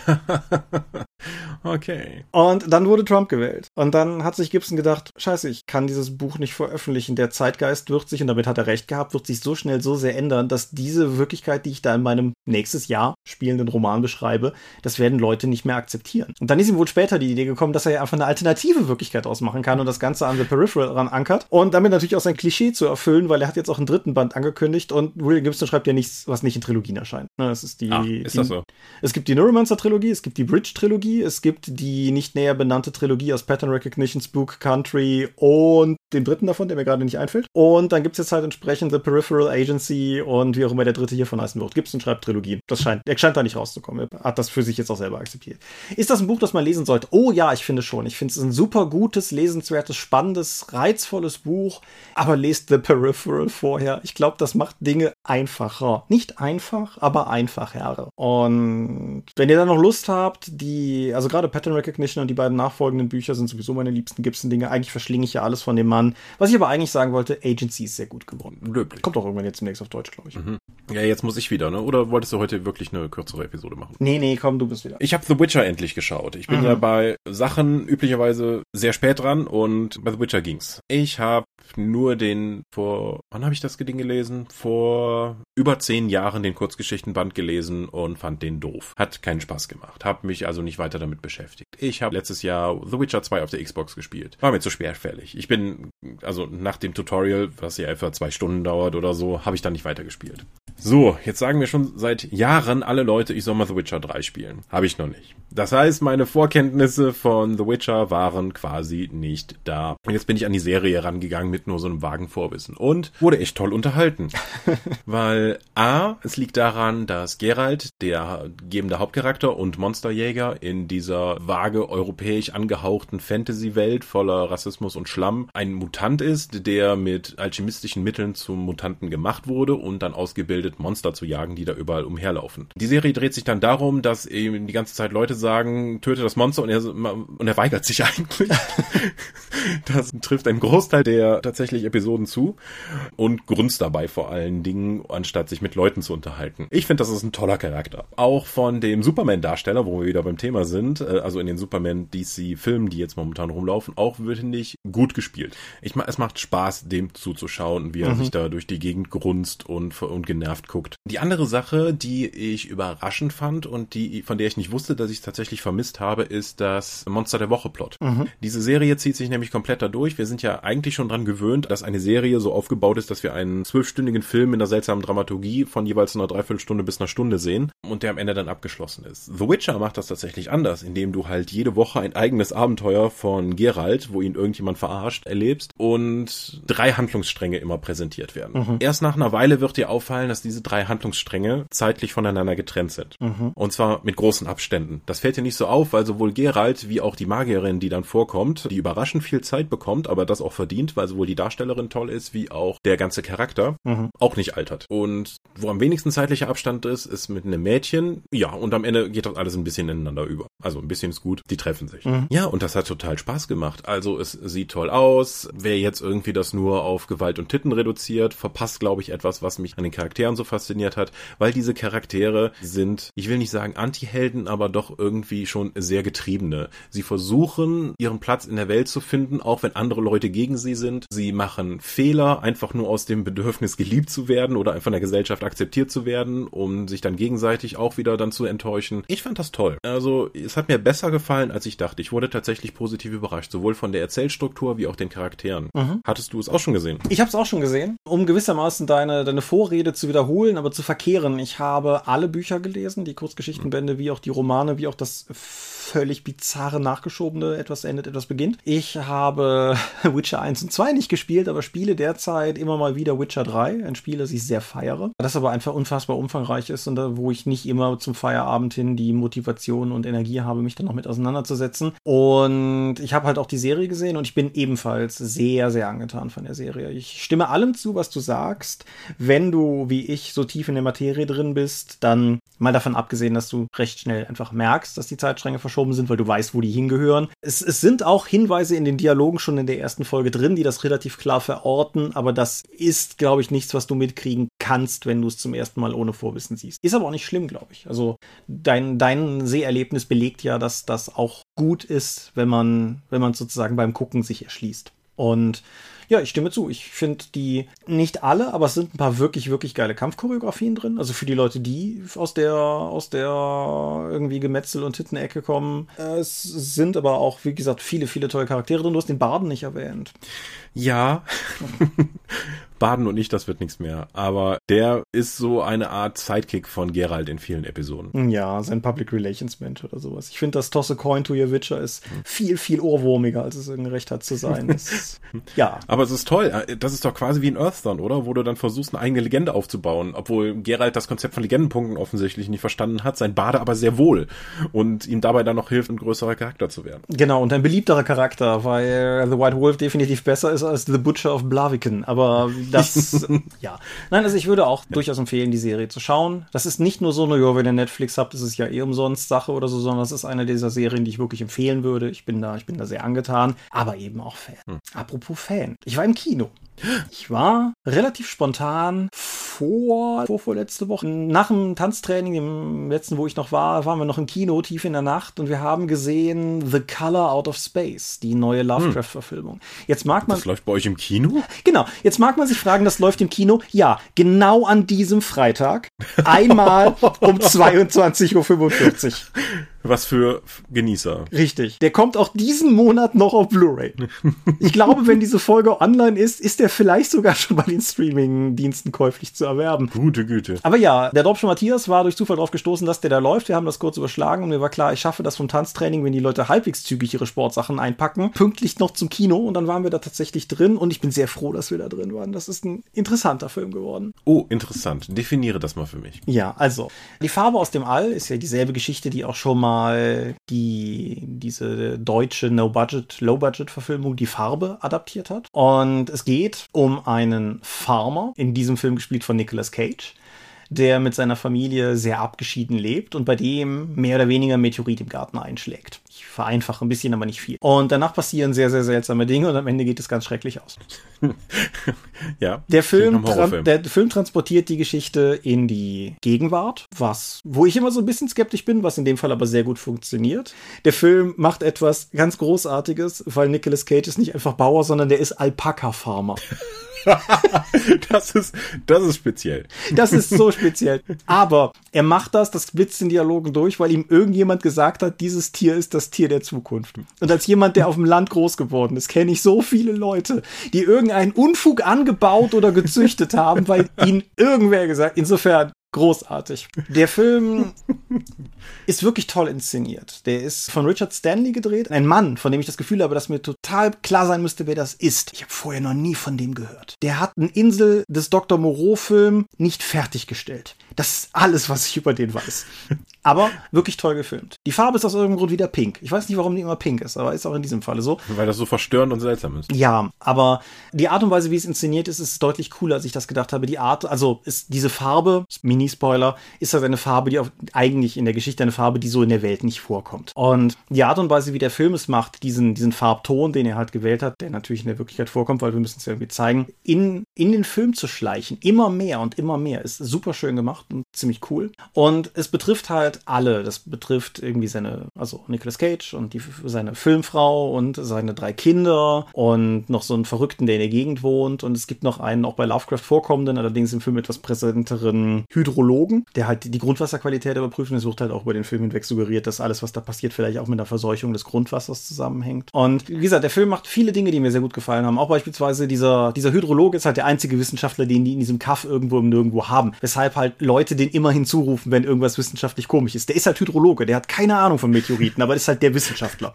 Okay. Und dann wurde Trump gewählt. Und dann hat sich Gibson gedacht, scheiße, ich kann dieses Buch nicht veröffentlichen. Der Zeitgeist wird sich, und damit hat er recht gehabt, wird sich so schnell so sehr ändern, dass diese Wirklichkeit, die ich da in meinem nächstes Jahr spielenden Roman beschreibe, das werden Leute nicht mehr akzeptieren. Und dann ist ihm wohl später die Idee gekommen, dass er ja einfach eine alternative Wirklichkeit ausmachen kann und das Ganze an The Peripheral ran ankert und damit natürlich auch sein Klischee zu erfüllen, weil er hat jetzt auch einen dritten Band angekündigt und William Gibson schreibt ja nichts, was nicht in Trilogien erscheint. Das ist ist das so? Es gibt die Neuromancer-Trilogie, es gibt die Bridge-Trilogie, es gibt die nicht näher benannte Trilogie aus Pattern Recognition, Spook Country und dem dritten davon, der mir gerade nicht einfällt. Und dann gibt es jetzt halt entsprechend The Peripheral Agency und wie auch immer der dritte hiervon heißen wird. Gibson schreibt Trilogien. Er scheint da nicht rauszukommen. Er hat das für sich jetzt auch selber akzeptiert. Ist das ein Buch, das man lesen sollte? Oh ja, ich finde schon. Ich finde es ein super gutes, lesenswertes, spannendes, reizvolles Buch. Aber lest The Peripheral vorher. Ich glaube, das macht Dinge einfacher. Nicht einfach, aber einfacher. Und wenn ihr dann noch Lust habt, also gerade Pattern Recognition und die beiden nachfolgenden Bücher sind sowieso meine liebsten Gibson-Dinge. Eigentlich verschlinge ich ja alles von dem Mann. Was ich aber eigentlich sagen wollte, Agency ist sehr gut geworden. Löblich. Kommt auch irgendwann jetzt demnächst auf Deutsch, glaube ich. Ja, jetzt muss ich wieder, ne? Oder wolltest du heute wirklich eine kürzere Episode machen? Nee, komm, du bist wieder. Ich habe The Witcher endlich geschaut. Ich bin ja bei Sachen üblicherweise sehr spät dran und bei The Witcher ging's. Ich habe nur wann habe ich das Ding gelesen? Vor über 10 Jahren den Kurzgeschichtenband gelesen und fand den doof. Hat keinen Spaß gemacht. Hab mich also nicht weiter damit beschäftigt. Ich habe letztes Jahr The Witcher 2 auf der Xbox gespielt. War mir zu schwerfällig. Ich bin, also nach dem Tutorial, was ja etwa 2 Stunden dauert oder so, habe ich dann nicht weitergespielt. So, jetzt sagen mir schon seit Jahren alle Leute, ich soll mal The Witcher 3 spielen. Habe ich noch nicht. Das heißt, meine Vorkenntnisse von The Witcher waren quasi nicht da. Und jetzt bin ich an die Serie rangegangen mit nur so einem vagen Vorwissen und wurde echt toll unterhalten. Weil es liegt daran, dass Geralt, der gebende Hauptcharakter und Monsterjäger in dieser vage europäisch angehauchten Fantasy-Welt voller Rassismus und Schlamm ein Mutant ist, der mit alchemistischen Mitteln zum Mutanten gemacht wurde und dann ausgebildet, Monster zu jagen, die da überall umherlaufen. Die Serie dreht sich dann darum, dass eben die ganze Zeit Leute sagen, töte das Monster und er weigert sich eigentlich. Das trifft einen Großteil der tatsächlich Episoden zu und grunzt dabei vor allen Dingen, anstatt sich mit Leuten zu unterhalten. Ich finde, das ist ein toller Charakter. Auch von dem Superman-Darsteller, wo wir wieder beim Thema sind, also in den Superman-DC-Filmen, die jetzt momentan rumlaufen, auch finde ich gut gespielt. Es macht Spaß, dem zuzuschauen, wie er sich da durch die Gegend grunzt und genervt guckt. Die andere Sache, die ich überraschend fand und von der ich nicht wusste, dass ich es tatsächlich vermisst habe, ist das Monster der Woche-Plot. Diese Serie zieht sich nämlich komplett da durch. Wir sind ja eigentlich schon dran gewöhnt, dass eine Serie so aufgebaut ist, dass wir einen 12-stündigen Film in einer seltsamen Dramaturgie von jeweils einer Dreiviertelstunde bis einer Stunde sehen und der am Ende dann abgeschlossen ist. The Witcher macht das tatsächlich anders, indem du halt jede Woche ein eigenes Abenteuer von Geralt, wo ihn irgendjemand verarscht, erlebst und 3 Handlungsstränge immer präsentiert werden. Erst nach einer Weile wird dir auffallen, dass diese 3 Handlungsstränge zeitlich voneinander getrennt sind. Und zwar mit großen Abständen. Das fällt dir nicht so auf, weil sowohl Geralt wie auch die Magierin, die dann vorkommt, die überraschend viel Zeit bekommt, aber das auch verdient, weil sowohl die Darstellerin toll ist, wie auch der ganze Charakter auch nicht altert. Und wo am wenigsten zeitlicher Abstand ist mit einem Mädchen. Ja, und am Ende geht das alles ein bisschen ineinander über. Also ein bisschen ist gut, die treffen sich. Ja, und das hat total Spaß gemacht. Also es sieht toll aus. Wer jetzt irgendwie das nur auf Gewalt und Titten reduziert, verpasst, glaube ich, etwas, was mich an den Charakteren so fasziniert hat, weil diese Charaktere sind, ich will nicht sagen Anti-Helden, aber doch irgendwie schon sehr Getriebene. Sie versuchen, ihren Platz in der Welt zu finden, auch wenn andere Leute gegen sie sind. Sie machen Fehler, einfach nur aus dem Bedürfnis, geliebt zu werden oder von der Gesellschaft akzeptiert zu werden, um sich dann gegenseitig auch wieder dann zu enttäuschen. Ich fand das toll. Also, es hat mir besser gefallen, als ich dachte. Ich wurde tatsächlich positiv überrascht, sowohl von der Erzählstruktur wie auch den Charakteren. Hattest du es auch schon gesehen? Ich habe es auch schon gesehen. Um gewissermaßen deine Vorrede zu wiederholen, wiederholen, aber zu verkehren. Ich habe alle Bücher gelesen, die Kurzgeschichtenbände, wie auch die Romane, wie auch das völlig bizarre, nachgeschobene Etwas endet, etwas beginnt. Ich habe Witcher 1 und 2 nicht gespielt, aber spiele derzeit immer mal wieder Witcher 3, ein Spiel, das ich sehr feiere, das aber einfach unfassbar umfangreich ist und wo ich nicht immer zum Feierabend hin die Motivation und Energie habe, mich dann noch mit auseinanderzusetzen. Und ich habe halt auch die Serie gesehen und ich bin ebenfalls sehr, sehr angetan von der Serie. Ich stimme allem zu, was du sagst. Wenn du, wie ich, so tief in der Materie drin bist, dann mal davon abgesehen, dass du recht schnell einfach merkst, dass die Zeitstränge verschoben sind, weil du weißt, wo die hingehören. Es sind auch Hinweise in den Dialogen schon in der ersten Folge drin, die das relativ klar verorten, aber das ist, glaube ich, nichts, was du mitkriegen kannst, wenn du es zum ersten Mal ohne Vorwissen siehst. Ist aber auch nicht schlimm, glaube ich. Also dein Seherlebnis belegt ja, dass das auch gut ist, wenn man sozusagen beim Gucken sich erschließt. Und ja, ich stimme zu. Ich finde die nicht alle, aber es sind ein paar wirklich, wirklich geile Kampfchoreografien drin. Also für die Leute, die aus der irgendwie Gemetzel- und Tittenecke kommen. Es sind aber auch, wie gesagt, viele, viele tolle Charaktere drin. Du hast den Barden nicht erwähnt. Ja, Baden und ich, das wird nichts mehr. Aber der ist so eine Art Sidekick von Geralt in vielen Episoden. Ja, sein Public Relations Mensch oder sowas. Ich finde, das Toss a Coin to your Witcher ist viel, viel ohrwurmiger, als es irgendein Recht hat zu sein. Ja. Aber es ist toll. Das ist doch quasi wie in Earthdawn, oder? Wo du dann versuchst, eine eigene Legende aufzubauen. Obwohl Geralt das Konzept von Legendenpunkten offensichtlich nicht verstanden hat, sein Bade aber sehr wohl. Und ihm dabei dann noch hilft, ein größerer Charakter zu werden. Genau, und ein beliebterer Charakter, weil The White Wolf definitiv besser ist als The Butcher of Blaviken. Aber das, ja. Nein, also ich würde auch durchaus empfehlen, die Serie zu schauen. Das ist nicht nur so eine, ja, wenn ihr Netflix habt, ist es ja eh umsonst Sache oder so, sondern das ist eine dieser Serien, die ich wirklich empfehlen würde. Ich bin da sehr angetan, aber eben auch Fan. Apropos Fan. Ich war im Kino. Ich war relativ spontan vorletzte Woche. Nach dem Tanztraining, dem letzten, wo ich noch war, waren wir noch im Kino, tief in der Nacht, und wir haben gesehen The Color Out of Space, die neue Lovecraft-Verfilmung. Jetzt mag man... Das läuft bei euch im Kino? Genau. Jetzt mag man sich fragen, das läuft im Kino? Ja, genau an diesem Freitag. Einmal um 22:45 Uhr. Was für Genießer. Richtig. Der kommt auch diesen Monat noch auf Blu-ray. Ich glaube, wenn diese Folge online ist der vielleicht sogar schon bei den Streaming-Diensten käuflich zu erwerben. Gute Güte. Aber ja, der Dropsche Matthias war durch Zufall drauf gestoßen, dass der da läuft. Wir haben das kurz überschlagen und mir war klar, ich schaffe das vom Tanztraining, wenn die Leute halbwegs zügig ihre Sportsachen einpacken, pünktlich noch zum Kino, und dann waren wir da tatsächlich drin und ich bin sehr froh, dass wir da drin waren. Das ist ein interessanter Film geworden. Oh, interessant. Definiere das mal für mich. Ja, also, die Farbe aus dem All ist ja dieselbe Geschichte, die auch schon mal diese deutsche Low-Budget-Verfilmung Die Farbe adaptiert hat. Und es geht um einen Farmer, in diesem Film gespielt von Nicolas Cage, der mit seiner Familie sehr abgeschieden lebt und bei dem mehr oder weniger ein Meteorit im Garten einschlägt. Ich vereinfache ein bisschen, aber nicht viel. Und danach passieren sehr, sehr seltsame Dinge und am Ende geht es ganz schrecklich aus. Ja. Der Film transportiert die Geschichte in die Gegenwart, wo ich immer so ein bisschen skeptisch bin, was in dem Fall aber sehr gut funktioniert. Der Film macht etwas ganz Großartiges, weil Nicolas Cage ist nicht einfach Bauer, sondern der ist Alpaka-Farmer. Das ist speziell. Das ist so speziell. Aber er macht das blitzt in Dialogen durch, weil ihm irgendjemand gesagt hat, dieses Tier ist das Tier der Zukunft. Und als jemand, der auf dem Land groß geworden ist, kenne ich so viele Leute, die irgendeinen Unfug angebaut oder gezüchtet haben, weil ihnen irgendwer gesagt, insofern großartig. Der Film ist wirklich toll inszeniert. Der ist von Richard Stanley gedreht. Ein Mann, von dem ich das Gefühl habe, dass mir total klar sein müsste, wer das ist. Ich habe vorher noch nie von dem gehört. Der hat einen Insel des Dr. Moreau-Film nicht fertiggestellt. Das ist alles, was ich über den weiß. Aber wirklich toll gefilmt. Die Farbe ist aus irgendeinem Grund wieder pink. Ich weiß nicht, warum die immer pink ist, aber ist auch in diesem Falle so. Weil das so verstörend und seltsam ist. Ja, aber die Art und Weise, wie es inszeniert ist, ist deutlich cooler, als ich das gedacht habe. Ist diese Farbe, Mini-Spoiler, ist halt eine Farbe, die eigentlich in der Geschichte eine Farbe, die so in der Welt nicht vorkommt. Und die Art und Weise, wie der Film es macht, diesen Farbton, den er halt gewählt hat, der natürlich in der Wirklichkeit vorkommt, weil wir müssen es ja irgendwie zeigen, in den Film zu schleichen, immer mehr und immer mehr, ist super schön gemacht. gemacht und ziemlich cool. Und es betrifft halt alle. Das betrifft irgendwie Nicolas Cage und seine Filmfrau und seine 3 Kinder und noch so einen Verrückten, der in der Gegend wohnt. Und es gibt noch einen auch bei Lovecraft vorkommenden, allerdings im Film etwas präsenteren Hydrologen, der halt die Grundwasserqualität überprüft. Und es wird halt auch über den Film hinweg suggeriert, dass alles, was da passiert, vielleicht auch mit der Verseuchung des Grundwassers zusammenhängt. Und wie gesagt, der Film macht viele Dinge, die mir sehr gut gefallen haben. Auch beispielsweise dieser Hydrologe ist halt der einzige Wissenschaftler, den die in diesem Kaff irgendwo im Nirgendwo haben. Weshalb halt Leute den immer hinzurufen, wenn irgendwas wissenschaftlich komisch ist. Der ist halt Hydrologe, der hat keine Ahnung von Meteoriten, aber ist halt der Wissenschaftler.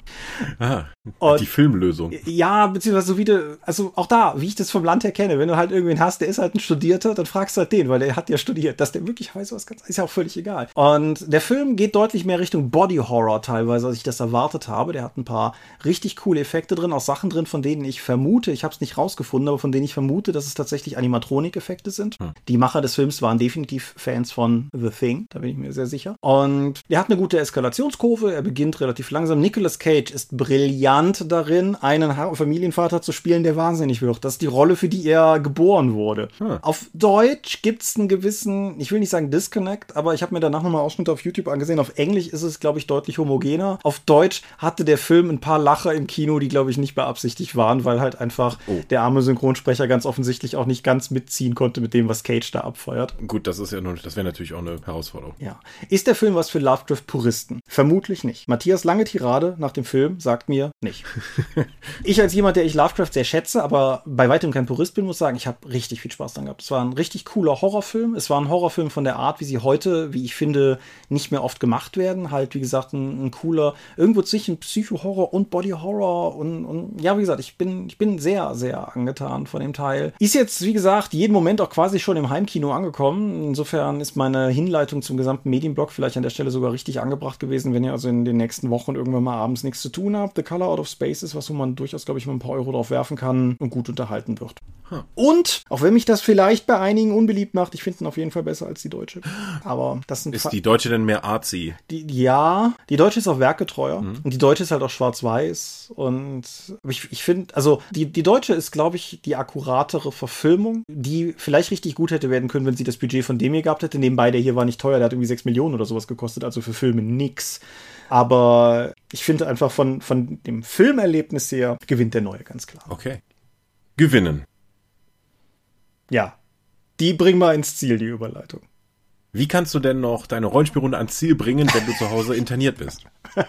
Die Filmlösung. Ja, beziehungsweise also auch da, wie ich das vom Land her kenne, wenn du halt irgendwen hast, der ist halt ein Studierter, dann fragst du halt den, weil der hat ja studiert. Dass der wirklich weiß, was ganz, ist ja auch völlig egal. Und der Film geht deutlich mehr Richtung Body Horror teilweise, als ich das erwartet habe. Der hat ein paar richtig coole Effekte drin, auch Sachen drin, von denen ich vermute, ich habe es nicht rausgefunden, aber von denen ich vermute, dass es tatsächlich Animatronik-Effekte sind. Die Macher des Films waren definitiv Fans von The Thing, da bin ich mir sehr sicher. Und er hat eine gute Eskalationskurve, er beginnt relativ langsam. Nicolas Cage ist brillant darin, einen Familienvater zu spielen, der wahnsinnig wird. Das ist die Rolle, für die er geboren wurde. Auf Deutsch gibt es einen gewissen, ich will nicht sagen Disconnect, aber ich habe mir danach nochmal Ausschnitte auf YouTube angesehen. Auf Englisch ist es, glaube ich, deutlich homogener. Auf Deutsch hatte der Film ein paar Lacher im Kino, die, glaube ich, nicht beabsichtigt waren, weil halt einfach der arme Synchronsprecher ganz offensichtlich auch nicht ganz mitziehen konnte mit dem, was Cage da abfeuert. Gut, das wäre natürlich auch eine Herausforderung. Ja. Ist der Film was für Lovecraft-Puristen? Vermutlich nicht. Matthias lange Tirade nach dem Film sagt mir nicht. Ich als jemand, der ich Lovecraft sehr schätze, aber bei weitem kein Purist bin, muss sagen, ich habe richtig viel Spaß dran gehabt. Es war ein richtig cooler Horrorfilm. Es war ein Horrorfilm von der Art, wie sie heute, wie ich finde, nicht mehr oft gemacht werden. Halt, wie gesagt, ein cooler, irgendwo zwischen Psycho-Horror und Body-Horror und ja, wie gesagt, ich bin sehr, sehr angetan von dem Teil. Ist jetzt, wie gesagt, jeden Moment auch quasi schon im Heimkino angekommen. Insofern ist meine Hinleitung zum gesamten Medienblock vielleicht an der Stelle sogar richtig angebracht gewesen, wenn ihr also in den nächsten Wochen irgendwann mal abends nichts zu tun habt. The Color Out of Space ist was, wo man durchaus, glaube ich, mal ein paar Euro drauf werfen kann und gut unterhalten wird. Und, auch wenn mich das vielleicht bei einigen unbeliebt macht, ich finde ihn auf jeden Fall besser als die deutsche. Aber das sind Ist die deutsche denn mehr artsy? Die deutsche ist auch werkgetreuer. Und die deutsche ist halt auch schwarz-weiß. Und ich finde, also die deutsche ist, glaube ich, die akkuratere Verfilmung, die vielleicht richtig gut hätte werden können, wenn sie das Budget von dem hier gehabt hätte. Nebenbei, der hier war nicht teuer, der hat irgendwie 6 Millionen oder sowas gekostet, also für Filme nix. Aber ich finde einfach von dem Filmerlebnis her gewinnt der Neue, ganz klar. Okay. Gewinnen. Ja, die bringen wir ins Ziel, die Überleitung. Wie kannst du denn noch deine Rollenspielrunde ans Ziel bringen, wenn du zu Hause interniert bist?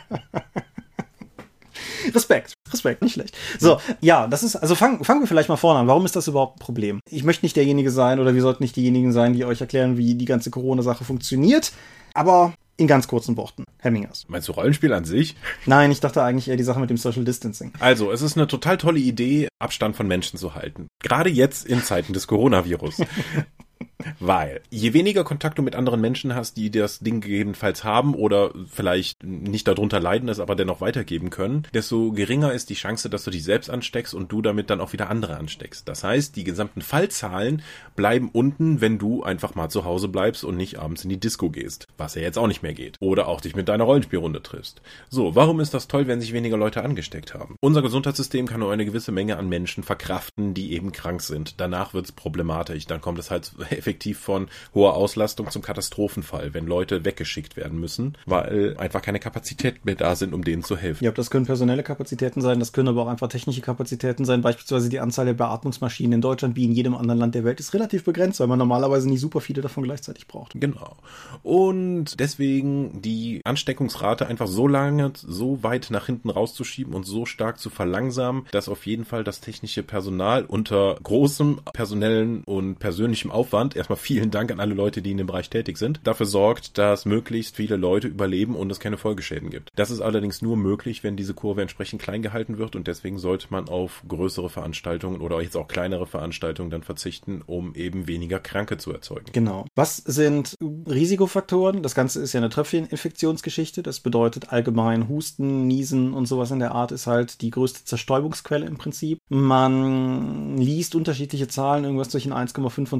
Respekt, nicht schlecht. So, ja, das ist, also fangen wir vielleicht mal vorne an. Warum ist das überhaupt ein Problem? Ich möchte nicht derjenige sein oder wir sollten nicht diejenigen sein, die euch erklären, wie die ganze Corona-Sache funktioniert. Aber in ganz kurzen Worten. Herr Mingers. Meinst du Rollenspiel an sich? Nein, ich dachte eigentlich eher die Sache mit dem Social Distancing. Also, es ist eine total tolle Idee, Abstand von Menschen zu halten. Gerade jetzt in Zeiten des Coronavirus. Weil je weniger Kontakt du mit anderen Menschen hast, die das Ding gegebenenfalls haben oder vielleicht nicht darunter leiden, es aber dennoch weitergeben können, desto geringer ist die Chance, dass du dich selbst ansteckst und du damit dann auch wieder andere ansteckst. Das heißt, die gesamten Fallzahlen bleiben unten, wenn du einfach mal zu Hause bleibst und nicht abends in die Disco gehst, was ja jetzt auch nicht mehr geht. Oder auch dich mit deiner Rollenspielrunde triffst. So, warum ist das toll, wenn sich weniger Leute angesteckt haben? Unser Gesundheitssystem kann nur eine gewisse Menge an Menschen verkraften, die eben krank sind. Danach wird es problematisch. Dann kommt es halt effektiv von hoher Auslastung zum Katastrophenfall, wenn Leute weggeschickt werden müssen, weil einfach keine Kapazitäten mehr da sind, um denen zu helfen. Ja, das können personelle Kapazitäten sein, das können aber auch einfach technische Kapazitäten sein. Beispielsweise die Anzahl der Beatmungsmaschinen in Deutschland wie in jedem anderen Land der Welt ist relativ begrenzt, weil man normalerweise nicht super viele davon gleichzeitig braucht. Genau. Und deswegen die Ansteckungsrate einfach so lange, so weit nach hinten rauszuschieben und so stark zu verlangsamen, dass auf jeden Fall das technische Personal unter großem personellen und persönlichem Aufwand, erstmal vielen Dank an alle Leute, die in dem Bereich tätig sind, dafür sorgt, dass möglichst viele Leute überleben und es keine Folgeschäden gibt. Das ist allerdings nur möglich, wenn diese Kurve entsprechend klein gehalten wird und deswegen sollte man auf größere Veranstaltungen oder jetzt auch kleinere Veranstaltungen dann verzichten, um eben weniger Kranke zu erzeugen. Genau. Was sind Risikofaktoren? Das Ganze ist ja eine Tröpfcheninfektionsgeschichte. Das bedeutet allgemein Husten, Niesen und sowas in der Art ist halt die größte Zerstäubungsquelle im Prinzip. Man liest unterschiedliche Zahlen, irgendwas zwischen 1,5 und 2,70 Meter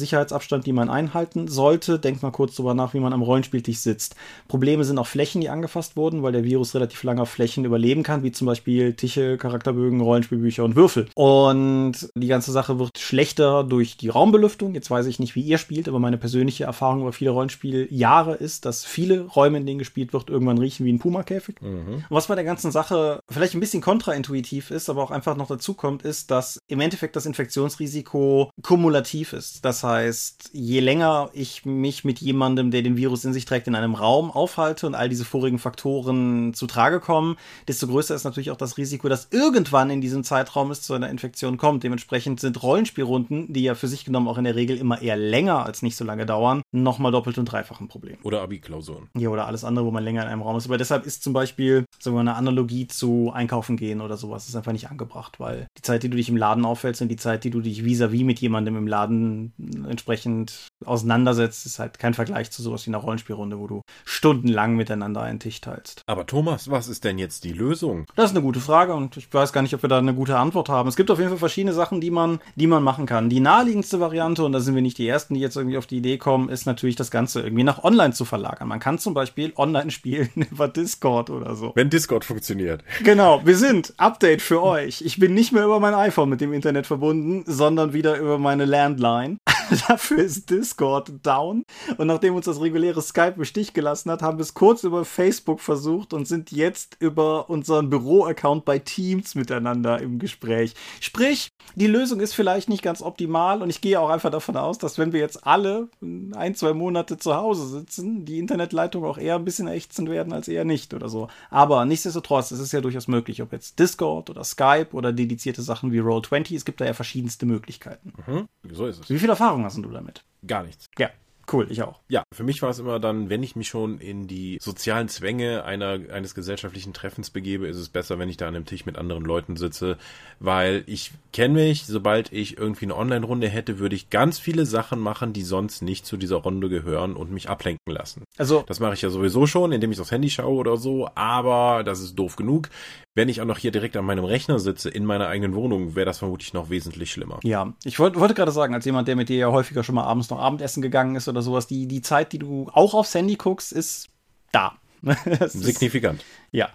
Sicherheitsabstand, die man einhalten sollte. Denkt mal kurz drüber nach, wie man am Rollenspieltisch sitzt. Probleme sind auch Flächen, die angefasst wurden, weil der Virus relativ lange auf Flächen überleben kann, wie zum Beispiel Tische, Charakterbögen, Rollenspielbücher und Würfel. Und die ganze Sache wird schlechter durch die Raumbelüftung. Jetzt weiß ich nicht, wie ihr spielt, aber meine persönliche Erfahrung über viele Rollenspieljahre ist, dass viele Räume, in denen gespielt wird, irgendwann riechen wie ein Pumakäfig. Und was bei der ganzen Sache vielleicht ein bisschen kontraintuitiv ist, aber auch einfach noch dazu kommt, ist, dass im Endeffekt das Infektionsrisiko kumulativ ist. Das heißt, je länger ich mich mit jemandem, der den Virus in sich trägt, in einem Raum aufhalte und all diese vorigen Faktoren zu Trage kommen, desto größer ist natürlich auch das Risiko, dass irgendwann in diesem Zeitraum es zu einer Infektion kommt. Dementsprechend sind Rollenspielrunden, die ja für sich genommen auch in der Regel immer eher länger als nicht so lange dauern, nochmal doppelt und dreifach ein Problem. Oder Abi-Klausuren. Ja, oder alles andere, wo man länger in einem Raum ist. Aber deshalb ist zum Beispiel, sagen wir mal, eine Analogie zu Einkaufen gehen oder sowas, ist einfach nicht angebracht, weil die Zeit, die du dich im Laden aufhältst und die Zeit, die du dich vis-à-vis mit jemandem im Laden entsprechend auseinandersetzt, ist halt kein Vergleich zu sowas wie einer Rollenspielrunde, wo du stundenlang miteinander einen Tisch teilst. Aber Thomas, was ist denn jetzt die Lösung? Das ist eine gute Frage und ich weiß gar nicht, ob wir da eine gute Antwort haben. Es gibt auf jeden Fall verschiedene Sachen, die man machen kann. Die naheliegendste Variante, und da sind wir nicht die Ersten, die jetzt irgendwie auf die Idee kommen, ist natürlich das Ganze irgendwie nach online zu verlagern. Man kann zum Beispiel online spielen über Discord oder so. Wenn Discord funktioniert. Genau, wir sind, Update für euch. Ich bin nicht mehr über mein iPhone mit dem Internet verbunden, sondern wieder über meine Landline. Dafür ist Discord down. Und nachdem uns das reguläre Skype im Stich gelassen hat, haben wir es kurz über Facebook versucht und sind jetzt über unseren Büro-Account bei Teams miteinander im Gespräch. Sprich, die Lösung ist vielleicht nicht ganz optimal und ich gehe auch einfach davon aus, dass wenn wir jetzt alle 1-2 Monate zu Hause sitzen, die Internetleitungen auch eher ein bisschen ächzen werden als eher nicht oder so. Aber nichtsdestotrotz, es ist ja durchaus möglich, ob jetzt Discord oder Skype oder dedizierte Sachen wie Roll20, es gibt da ja verschiedenste Möglichkeiten. So ist es. Wie viel Erfahrung hast du damit? Gar nichts. Ja, cool, ich auch. Ja, für mich war es immer dann, wenn ich mich schon in die sozialen Zwänge eines gesellschaftlichen Treffens begebe, ist es besser, wenn ich da an einem Tisch mit anderen Leuten sitze, weil ich kenne mich, sobald ich irgendwie eine Online-Runde hätte, würde ich ganz viele Sachen machen, die sonst nicht zu dieser Runde gehören und mich ablenken lassen. Also, das mache ich ja sowieso schon, indem ich aufs Handy schaue oder so, aber das ist doof genug. Wenn ich auch noch hier direkt an meinem Rechner sitze, in meiner eigenen Wohnung, wäre das vermutlich noch wesentlich schlimmer. Ja, ich wollte gerade sagen, als jemand, der mit dir ja häufiger schon mal abends noch Abendessen gegangen ist oder sowas, die Zeit, die du auch aufs Handy guckst, ist da. Signifikant. Ja.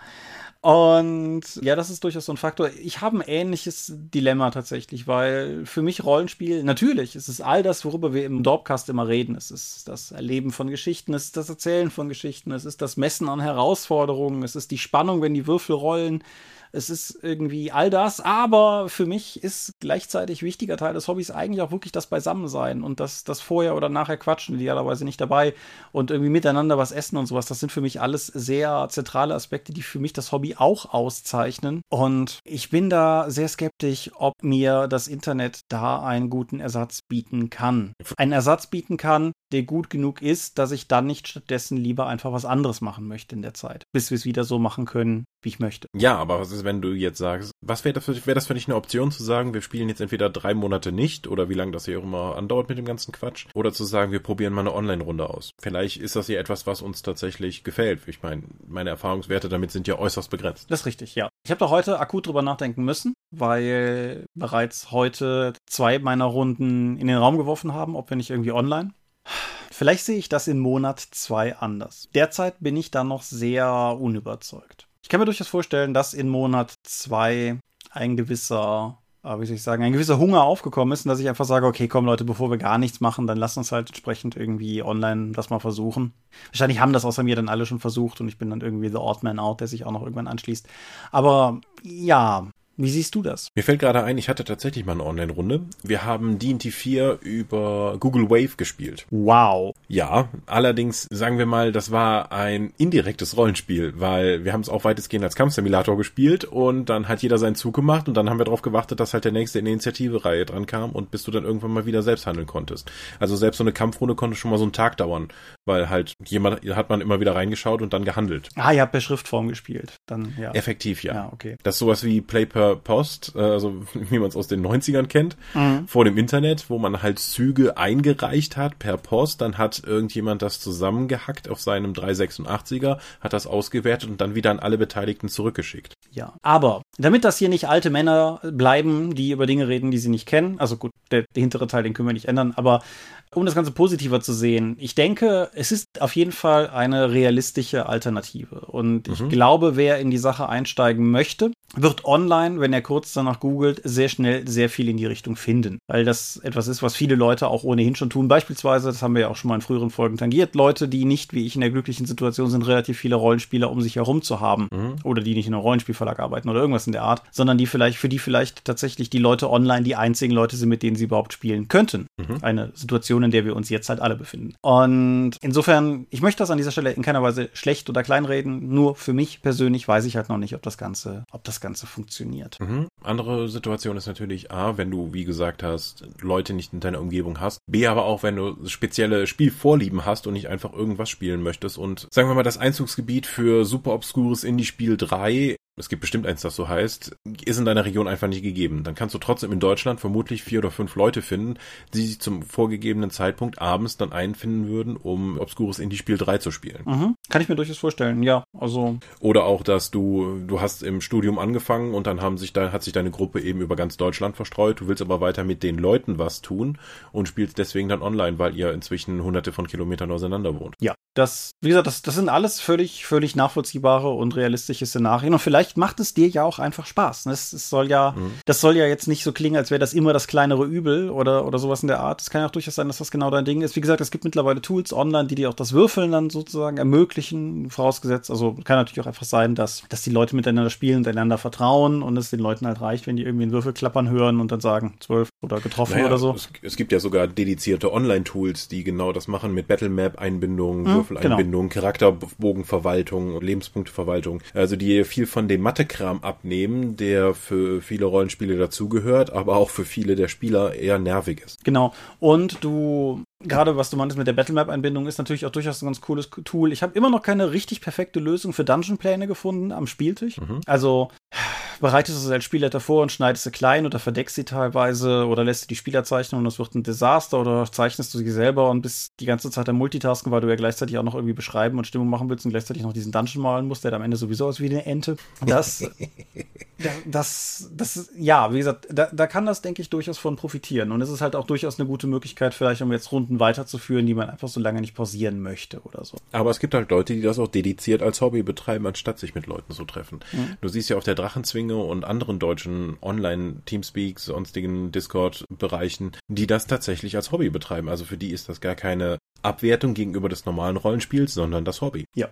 Und ja, das ist durchaus so ein Faktor. Ich habe ein ähnliches Dilemma tatsächlich, weil für mich Rollenspiel, natürlich, es ist all das, worüber wir im Dorpcast immer reden. Es ist das Erleben von Geschichten, es ist das Erzählen von Geschichten, es ist das Messen an Herausforderungen, es ist die Spannung, wenn die Würfel rollen. Es ist irgendwie all das, aber für mich ist gleichzeitig wichtiger Teil des Hobbys eigentlich auch wirklich das Beisammensein und das vorher oder nachher Quatschen, idealerweise nicht dabei und irgendwie miteinander was essen und sowas. Das sind für mich alles sehr zentrale Aspekte, die für mich das Hobby auch auszeichnen. Und ich bin da sehr skeptisch, ob mir das Internet da einen guten Ersatz bieten kann. Einen Ersatz bieten kann, der gut genug ist, dass ich dann nicht stattdessen lieber einfach was anderes machen möchte in der Zeit, bis wir es wieder so machen können, wie ich möchte. Ja, aber was ist, wenn du jetzt sagst, was wäre das für dich eine Option zu sagen, wir spielen jetzt entweder 3 Monate nicht oder wie lange das hier auch immer andauert mit dem ganzen Quatsch oder zu sagen, wir probieren mal eine Online-Runde aus. Vielleicht ist das ja etwas, was uns tatsächlich gefällt. Ich meine Erfahrungswerte damit sind ja äußerst begrenzt. Das ist richtig, ja. Ich habe da heute akut drüber nachdenken müssen, weil bereits heute 2 meiner Runden in den Raum geworfen haben, ob wir nicht irgendwie online. Vielleicht sehe ich das in Monat 2 anders. Derzeit bin ich da noch sehr unüberzeugt. Ich kann mir durchaus vorstellen, dass in Monat 2 ein gewisser Hunger aufgekommen ist und dass ich einfach sage, okay, komm Leute, bevor wir gar nichts machen, dann lasst uns halt entsprechend irgendwie online das mal versuchen. Wahrscheinlich haben das außer mir dann alle schon versucht und ich bin dann irgendwie the odd man out, der sich auch noch irgendwann anschließt. Aber ja, wie siehst du das? Mir fällt gerade ein, ich hatte tatsächlich mal eine Online-Runde. Wir haben D&D 4 über Google Wave gespielt. Wow. Ja, allerdings sagen wir mal, das war ein indirektes Rollenspiel, weil wir haben es auch weitestgehend als Kampfsimulator gespielt und dann hat jeder seinen Zug gemacht und dann haben wir darauf gewartet, dass halt der nächste in die Initiative-Reihe dran kam und bis du dann irgendwann mal wieder selbst handeln konntest. Also selbst so eine Kampfrunde konnte schon mal so einen Tag dauern, weil halt hat man immer wieder reingeschaut und dann gehandelt. Ah, ihr habt per Schriftform gespielt. Dann, ja. Effektiv, ja. Ja, okay. Das ist sowas wie Play per Post, also wie man es aus den 90ern kennt, vor dem Internet, wo man halt Züge eingereicht hat per Post, dann hat irgendjemand das zusammengehackt auf seinem 386er, hat das ausgewertet und dann wieder an alle Beteiligten zurückgeschickt. Ja, aber damit das hier nicht alte Männer bleiben, die über Dinge reden, die sie nicht kennen, also gut, der hintere Teil, den können wir nicht ändern, aber um das Ganze positiver zu sehen, ich denke, es ist auf jeden Fall eine realistische Alternative. Und ich glaube, wer in die Sache einsteigen möchte, wird online, wenn er kurz danach googelt, sehr schnell sehr viel in die Richtung finden. Weil das etwas ist, was viele Leute auch ohnehin schon tun. Beispielsweise, das haben wir ja auch schon mal in früheren Folgen tangiert, Leute, die nicht wie ich in der glücklichen Situation sind, relativ viele Rollenspieler um sich herum zu haben. Oder die nicht in einem Rollenspielverlag arbeiten oder irgendwas in der Art, sondern für die vielleicht tatsächlich die Leute online die einzigen Leute sind, mit denen sie überhaupt spielen könnten. Eine Situation, in der wir uns jetzt halt alle befinden. Und insofern, ich möchte das an dieser Stelle in keiner Weise schlecht oder kleinreden, nur für mich persönlich weiß ich halt noch nicht, ob das Ganze funktioniert. Andere Situation ist natürlich A, wenn du, wie gesagt hast, Leute nicht in deiner Umgebung hast, B, aber auch, wenn du spezielle Spielvorlieben hast und nicht einfach irgendwas spielen möchtest und sagen wir mal, das Einzugsgebiet für super obskures Indie-Spiel 3, es gibt bestimmt eins, das so heißt, ist in deiner Region einfach nicht gegeben. Dann kannst du trotzdem in Deutschland vermutlich 4 oder 5 Leute finden, die sich zum vorgegebenen Zeitpunkt abends dann einfinden würden, um obskures Indie-Spiel 3 zu spielen. Kann ich mir durchaus vorstellen, ja. Also oder auch, dass du hast im Studium angefangen und dann hat sich deine Gruppe eben über ganz Deutschland verstreut. Du willst aber weiter mit den Leuten was tun und spielst deswegen dann online, weil ihr inzwischen hunderte von Kilometern auseinander wohnt. Ja, wie gesagt, das sind alles völlig nachvollziehbare und realistische Szenarien und vielleicht macht es dir ja auch einfach Spaß. Das soll ja jetzt nicht so klingen, als wäre das immer das kleinere Übel oder sowas in der Art. Es kann ja auch durchaus sein, dass das genau dein Ding ist. Wie gesagt, es gibt mittlerweile Tools online, die dir auch das Würfeln dann sozusagen ermöglichen, vorausgesetzt. Also kann natürlich auch einfach sein, dass die Leute miteinander spielen und einander vertrauen und es den Leuten halt reicht, wenn die irgendwie einen Würfel klappern hören und dann sagen 12 oder getroffen oder so. Es gibt ja sogar dedizierte Online-Tools, die genau das machen mit Battlemap-Einbindungen, Würfeleinbindungen, Charakterbogenverwaltung, Lebenspunkteverwaltung. Also die viel von dem Mathe-Kram abnehmen, der für viele Rollenspiele dazugehört, aber auch für viele der Spieler eher nervig ist. Genau. Und gerade was du meintest mit der Battlemap-Einbindung ist natürlich auch durchaus ein ganz cooles Tool. Ich habe immer noch keine richtig perfekte Lösung für Dungeon-Pläne gefunden am Spieltisch. Also bereitest du sie als Spielleiter vor und schneidest sie klein oder verdeckst sie teilweise oder lässt sie die Spieler zeichnen und es wird ein Desaster oder zeichnest du sie selber und bist die ganze Zeit am Multitasken, weil du ja gleichzeitig auch noch irgendwie beschreiben und Stimmung machen willst und gleichzeitig noch diesen Dungeon malen musst, der am Ende sowieso aus wie eine Ente. Ja, wie gesagt, da kann das, denke ich, durchaus von profitieren und es ist halt auch durchaus eine gute Möglichkeit vielleicht, um jetzt Runden weiterzuführen, die man einfach so lange nicht pausieren möchte oder so. Aber es gibt halt Leute, die das auch dediziert als Hobby betreiben, anstatt sich mit Leuten zu treffen. Du siehst ja auf der Drachenzwinge und anderen deutschen Online-Teamspeak, sonstigen Discord-Bereichen, die das tatsächlich als Hobby betreiben. Also für die ist das gar keine Abwertung gegenüber des normalen Rollenspiels, sondern das Hobby. Ja.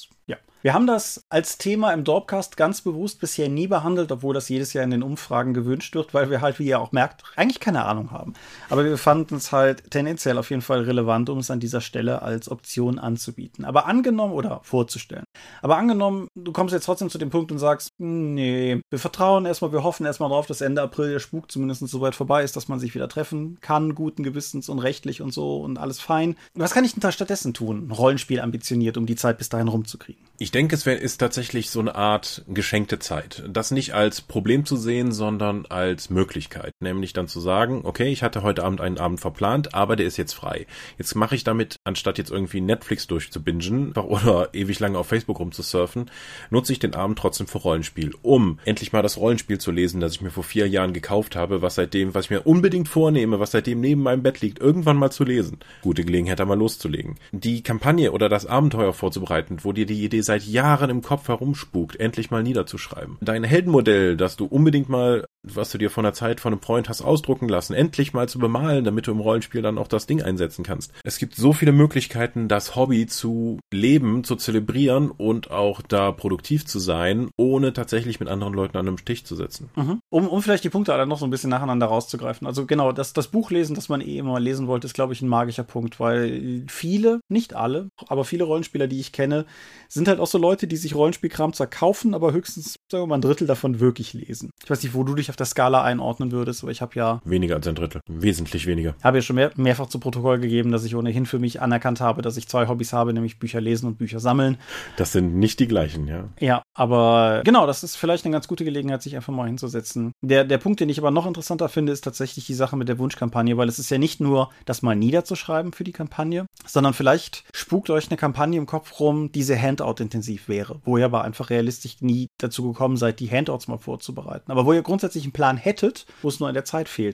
Wir haben das als Thema im Dorpcast ganz bewusst bisher nie behandelt, obwohl das jedes Jahr in den Umfragen gewünscht wird, weil wir halt, wie ihr auch merkt, eigentlich keine Ahnung haben. Aber wir fanden es halt tendenziell auf jeden Fall relevant, um es an dieser Stelle als Option anzubieten. Aber angenommen, oder vorzustellen. Aber angenommen, du kommst jetzt trotzdem zu dem Punkt und sagst, nee, wir vertrauen erstmal, wir hoffen erstmal drauf, dass Ende April der Spuk zumindest so weit vorbei ist, dass man sich wieder treffen kann, guten Gewissens und rechtlich und so und alles fein. Was kann ich denn da stattdessen tun? Ein Rollenspiel ambitioniert, um die Zeit bis dahin rumzukriegen. Ich denke, es ist tatsächlich so eine Art geschenkte Zeit. Das nicht als Problem zu sehen, sondern als Möglichkeit. Nämlich dann zu sagen, okay, ich hatte heute Abend einen Abend verplant, aber der ist jetzt frei. Jetzt mache ich damit, anstatt jetzt irgendwie Netflix durchzubingen oder ewig lange auf Facebook rumzusurfen, nutze ich den Abend trotzdem für Rollenspiel, um endlich mal das Rollenspiel zu lesen, das ich mir vor 4 Jahren gekauft habe, was ich mir unbedingt vornehme, was seitdem neben meinem Bett liegt, irgendwann mal zu lesen. Gute Gelegenheit, da mal loszulegen. Die Kampagne oder das Abenteuer vorzubereiten, wo dir die Idee seit Jahren im Kopf herumspukt, endlich mal niederzuschreiben. Dein Heldenmodell, das du unbedingt mal, was du dir von der Zeit von einem Freund hast ausdrucken lassen, endlich mal zu bemalen, damit du im Rollenspiel dann auch das Ding einsetzen kannst. Es gibt so viele Möglichkeiten, das Hobby zu leben, zu zelebrieren und auch da produktiv zu sein, ohne tatsächlich mit anderen Leuten an einem Stich zu sitzen. Um vielleicht die Punkte alle noch so ein bisschen nacheinander rauszugreifen. Also genau, das Buch lesen, das man immer lesen wollte, ist, glaube ich, ein magischer Punkt, weil viele, nicht alle, aber viele Rollenspieler, die ich kenne, sind halt auch so Leute, die sich Rollenspielkram zwar kaufen, aber höchstens, sagen wir mal, 1/3 davon wirklich lesen. Ich weiß nicht, wo du dich auf der Skala einordnen würdest, aber ich habe ja... Weniger als 1/3. Wesentlich weniger. Habe ja schon mehrfach zu Protokoll gegeben, dass ich ohnehin für mich anerkannt habe, dass ich 2 Hobbys habe, nämlich Bücher lesen und Bücher sammeln. Das sind nicht die gleichen, ja. Ja, aber genau, das ist vielleicht eine ganz gute Gelegenheit, sich einfach mal hinzusetzen. Der Punkt, den ich aber noch interessanter finde, ist tatsächlich die Sache mit der Wunschkampagne, weil es ist ja nicht nur, das mal niederzuschreiben für die Kampagne, sondern vielleicht spukt euch eine Kampagne im Kopf rum, die sehr Handout-intensiv wäre, wo ihr aber einfach realistisch nie dazu gekommen seid, die Handouts mal vorzubereiten. Aber wo ihr grundsätzlich einen Plan hättet, wo es nur an der Zeit fehlte.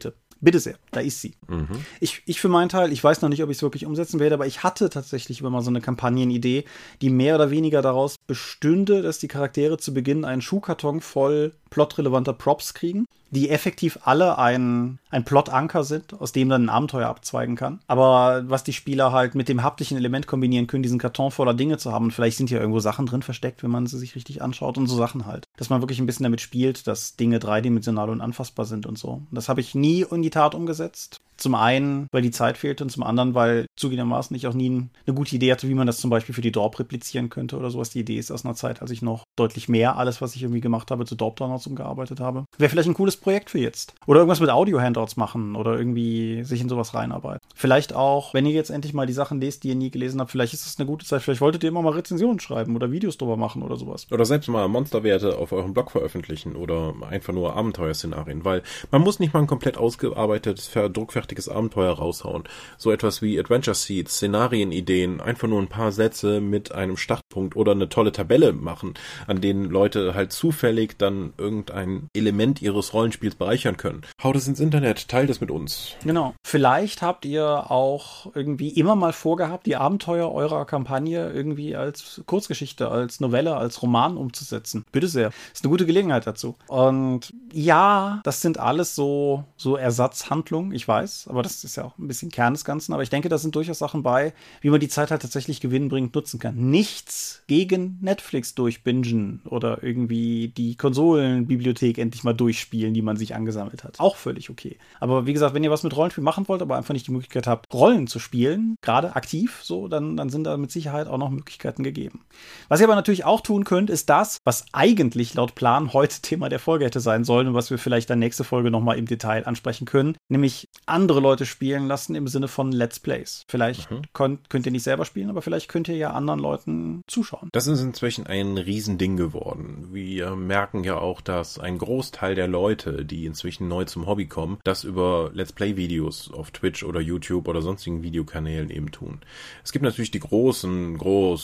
Bitte sehr, da ist sie. Ich für meinen Teil, ich weiß noch nicht, ob ich es wirklich umsetzen werde, aber ich hatte tatsächlich immer mal so eine Kampagnenidee, die mehr oder weniger daraus bestünde, dass die Charaktere zu Beginn einen Schuhkarton voll plotrelevanter Props kriegen, die effektiv alle ein Plot-Anker sind, aus dem dann ein Abenteuer abzweigen kann. Aber was die Spieler halt mit dem haptischen Element kombinieren können, diesen Karton voller Dinge zu haben. Und vielleicht sind ja irgendwo Sachen drin versteckt, wenn man sie sich richtig anschaut und so Sachen halt. Dass man wirklich ein bisschen damit spielt, dass Dinge dreidimensional und anfassbar sind und so. Das habe ich nie in die Tat umgesetzt. Zum einen, weil die Zeit fehlte und zum anderen, weil zugegebenermaßen ich auch nie eine gute Idee hatte, wie man das zum Beispiel für die Dorp replizieren könnte oder sowas. Die Idee ist aus einer Zeit, als ich noch deutlich mehr alles, was ich irgendwie gemacht habe, zu Dorp-Downloads umgearbeitet habe. Wäre vielleicht ein cooles Projekt für jetzt. Oder irgendwas mit Audio-Handouts machen oder irgendwie sich in sowas reinarbeiten. Vielleicht auch, wenn ihr jetzt endlich mal die Sachen lest, die ihr nie gelesen habt, vielleicht ist es eine gute Zeit, vielleicht wolltet ihr immer mal Rezensionen schreiben oder Videos drüber machen oder sowas. Oder selbst mal Monsterwerte auf eurem Blog veröffentlichen oder einfach nur Abenteuerszenarien, weil man muss nicht mal ein komplett ausgearbeitetes, druckfertiges Abenteuer raushauen. So etwas wie Adventure Seeds, Szenarienideen, einfach nur ein paar Sätze mit einem Startpunkt oder eine tolle Tabelle machen, an denen Leute halt zufällig dann irgendein Element ihres Rollenspiels bereichern können. Haut es ins Internet, teilt es mit uns. Genau. Vielleicht habt ihr auch irgendwie immer mal vorgehabt, die Abenteuer eurer Kampagne irgendwie als Kurzgeschichte, als Novelle, als Roman umzusetzen. Bitte sehr. Ist eine gute Gelegenheit dazu. Und ja, das sind alles so Ersatzhandlungen, ich weiß, aber das ist ja auch ein bisschen Kern des Ganzen. Aber ich denke, da sind durchaus Sachen bei, wie man die Zeit halt tatsächlich gewinnbringend nutzen kann. Nichts gegen Netflix durchbingen oder irgendwie die Konsolenbibliothek endlich mal durchspielen, die man sich angesammelt hat. Auch völlig okay. Aber wie gesagt, wenn ihr was mit Rollenspiel machen wollt, aber einfach nicht die Möglichkeit habt, Rollen zu spielen, gerade aktiv, so, dann sind da mit Sicherheit auch noch Möglichkeiten gegeben. Was ihr aber natürlich auch tun könnt, ist das, was eigentlich laut Plan heute Thema der Folge hätte sein sollen und was wir vielleicht dann nächste Folge nochmal im Detail ansprechen können, nämlich andere Leute spielen lassen im Sinne von Let's Plays. Vielleicht könnt ihr nicht selber spielen, aber vielleicht könnt ihr ja anderen Leuten zuschauen. Das ist inzwischen ein Riesending geworden. Wir merken ja auch, dass ein Großteil der Leute, die inzwischen neu zum Hobby kommen, das über Let's Play-Videos auf Twitch oder YouTube oder sonstigen Videokanälen eben tun. Es gibt natürlich die großen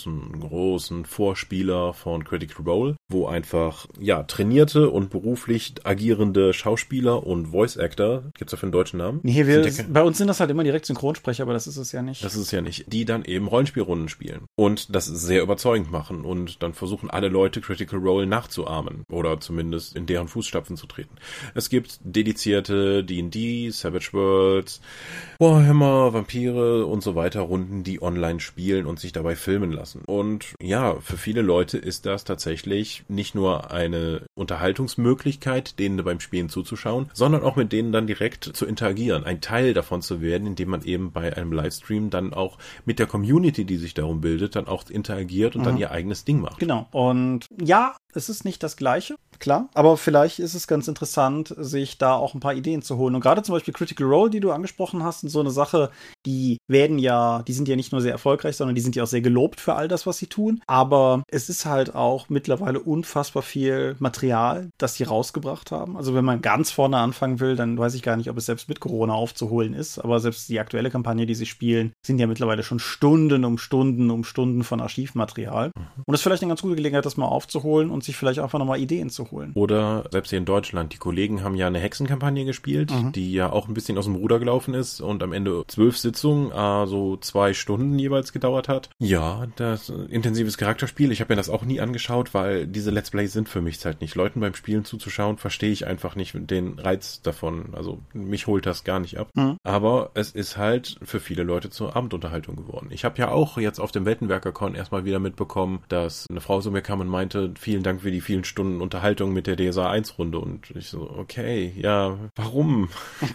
Vorspieler von Critical Role, wo einfach, ja, trainierte und beruflich agierende Schauspieler und Voice-Actor, gibt's dafür einen deutschen Namen? Nee, bei uns sind das halt immer direkt Synchronsprecher, aber das ist es ja nicht. Das ist es ja nicht. Die dann eben Rollenspielrunden spielen und das sehr überzeugend machen und dann versuchen alle Leute Critical Role nachzuahmen oder zumindest in deren Fußstapfen zu treten. Es gibt dedizierte D&D, Savage Worlds, Warhammer, Vampire und so weiter Runden, die online spielen und sich dabei filmen lassen. Und ja, für viele Leute ist das tatsächlich nicht nur eine Unterhaltungsmöglichkeit, denen beim Spielen zuzuschauen, sondern auch mit denen dann direkt zu interagieren, ein Teil davon zu werden, indem man eben bei einem Livestream dann auch mit der Community, die sich darum bildet, dann auch interagiert und dann ihr eigenes Ding macht. Genau. Und ja, es ist nicht das Gleiche, klar, aber vielleicht ist es ganz interessant, sich da auch ein paar Ideen zu holen. Und gerade zum Beispiel Critical Role, die du angesprochen hast, sind so eine Sache, die sind ja nicht nur sehr erfolgreich, sondern die sind ja auch sehr gelobt für all das, was sie tun. Aber es ist halt auch mittlerweile unfassbar viel Material, das sie rausgebracht haben. Also wenn man ganz vorne anfangen will, dann weiß ich gar nicht, ob es selbst mit Corona aufzuholen ist. Aber selbst die aktuelle Kampagne, die sie spielen, sind ja mittlerweile schon Stunden um Stunden von Archivmaterial. Und das ist vielleicht eine ganz gute Gelegenheit, das mal aufzuholen und sich vielleicht einfach nochmal Ideen zu holen. Oder selbst hier in Deutschland, die Kollegen haben ja eine Hexenkampagne gespielt, die ja auch ein bisschen aus dem Ruder gelaufen ist und am Ende 12 Sitzungen, so 2 Stunden jeweils gedauert hat. Ja, das intensives Charakterspiel. Ich habe mir das auch nie angeschaut, weil diese Let's Plays sind für mich halt nicht. Leuten beim Spielen zuzuschauen, verstehe ich einfach nicht den Reiz davon. Also mich holt das gar nicht ab. Aber es ist halt für viele Leute zur Abendunterhaltung geworden. Ich habe ja auch jetzt auf dem Weltenwerker-Con erstmal wieder mitbekommen, dass eine Frau zu mir kam und meinte, vielen Dank für die vielen Stunden Unterhaltung mit der DSA 1-Runde. Und ich so, okay, ja, warum?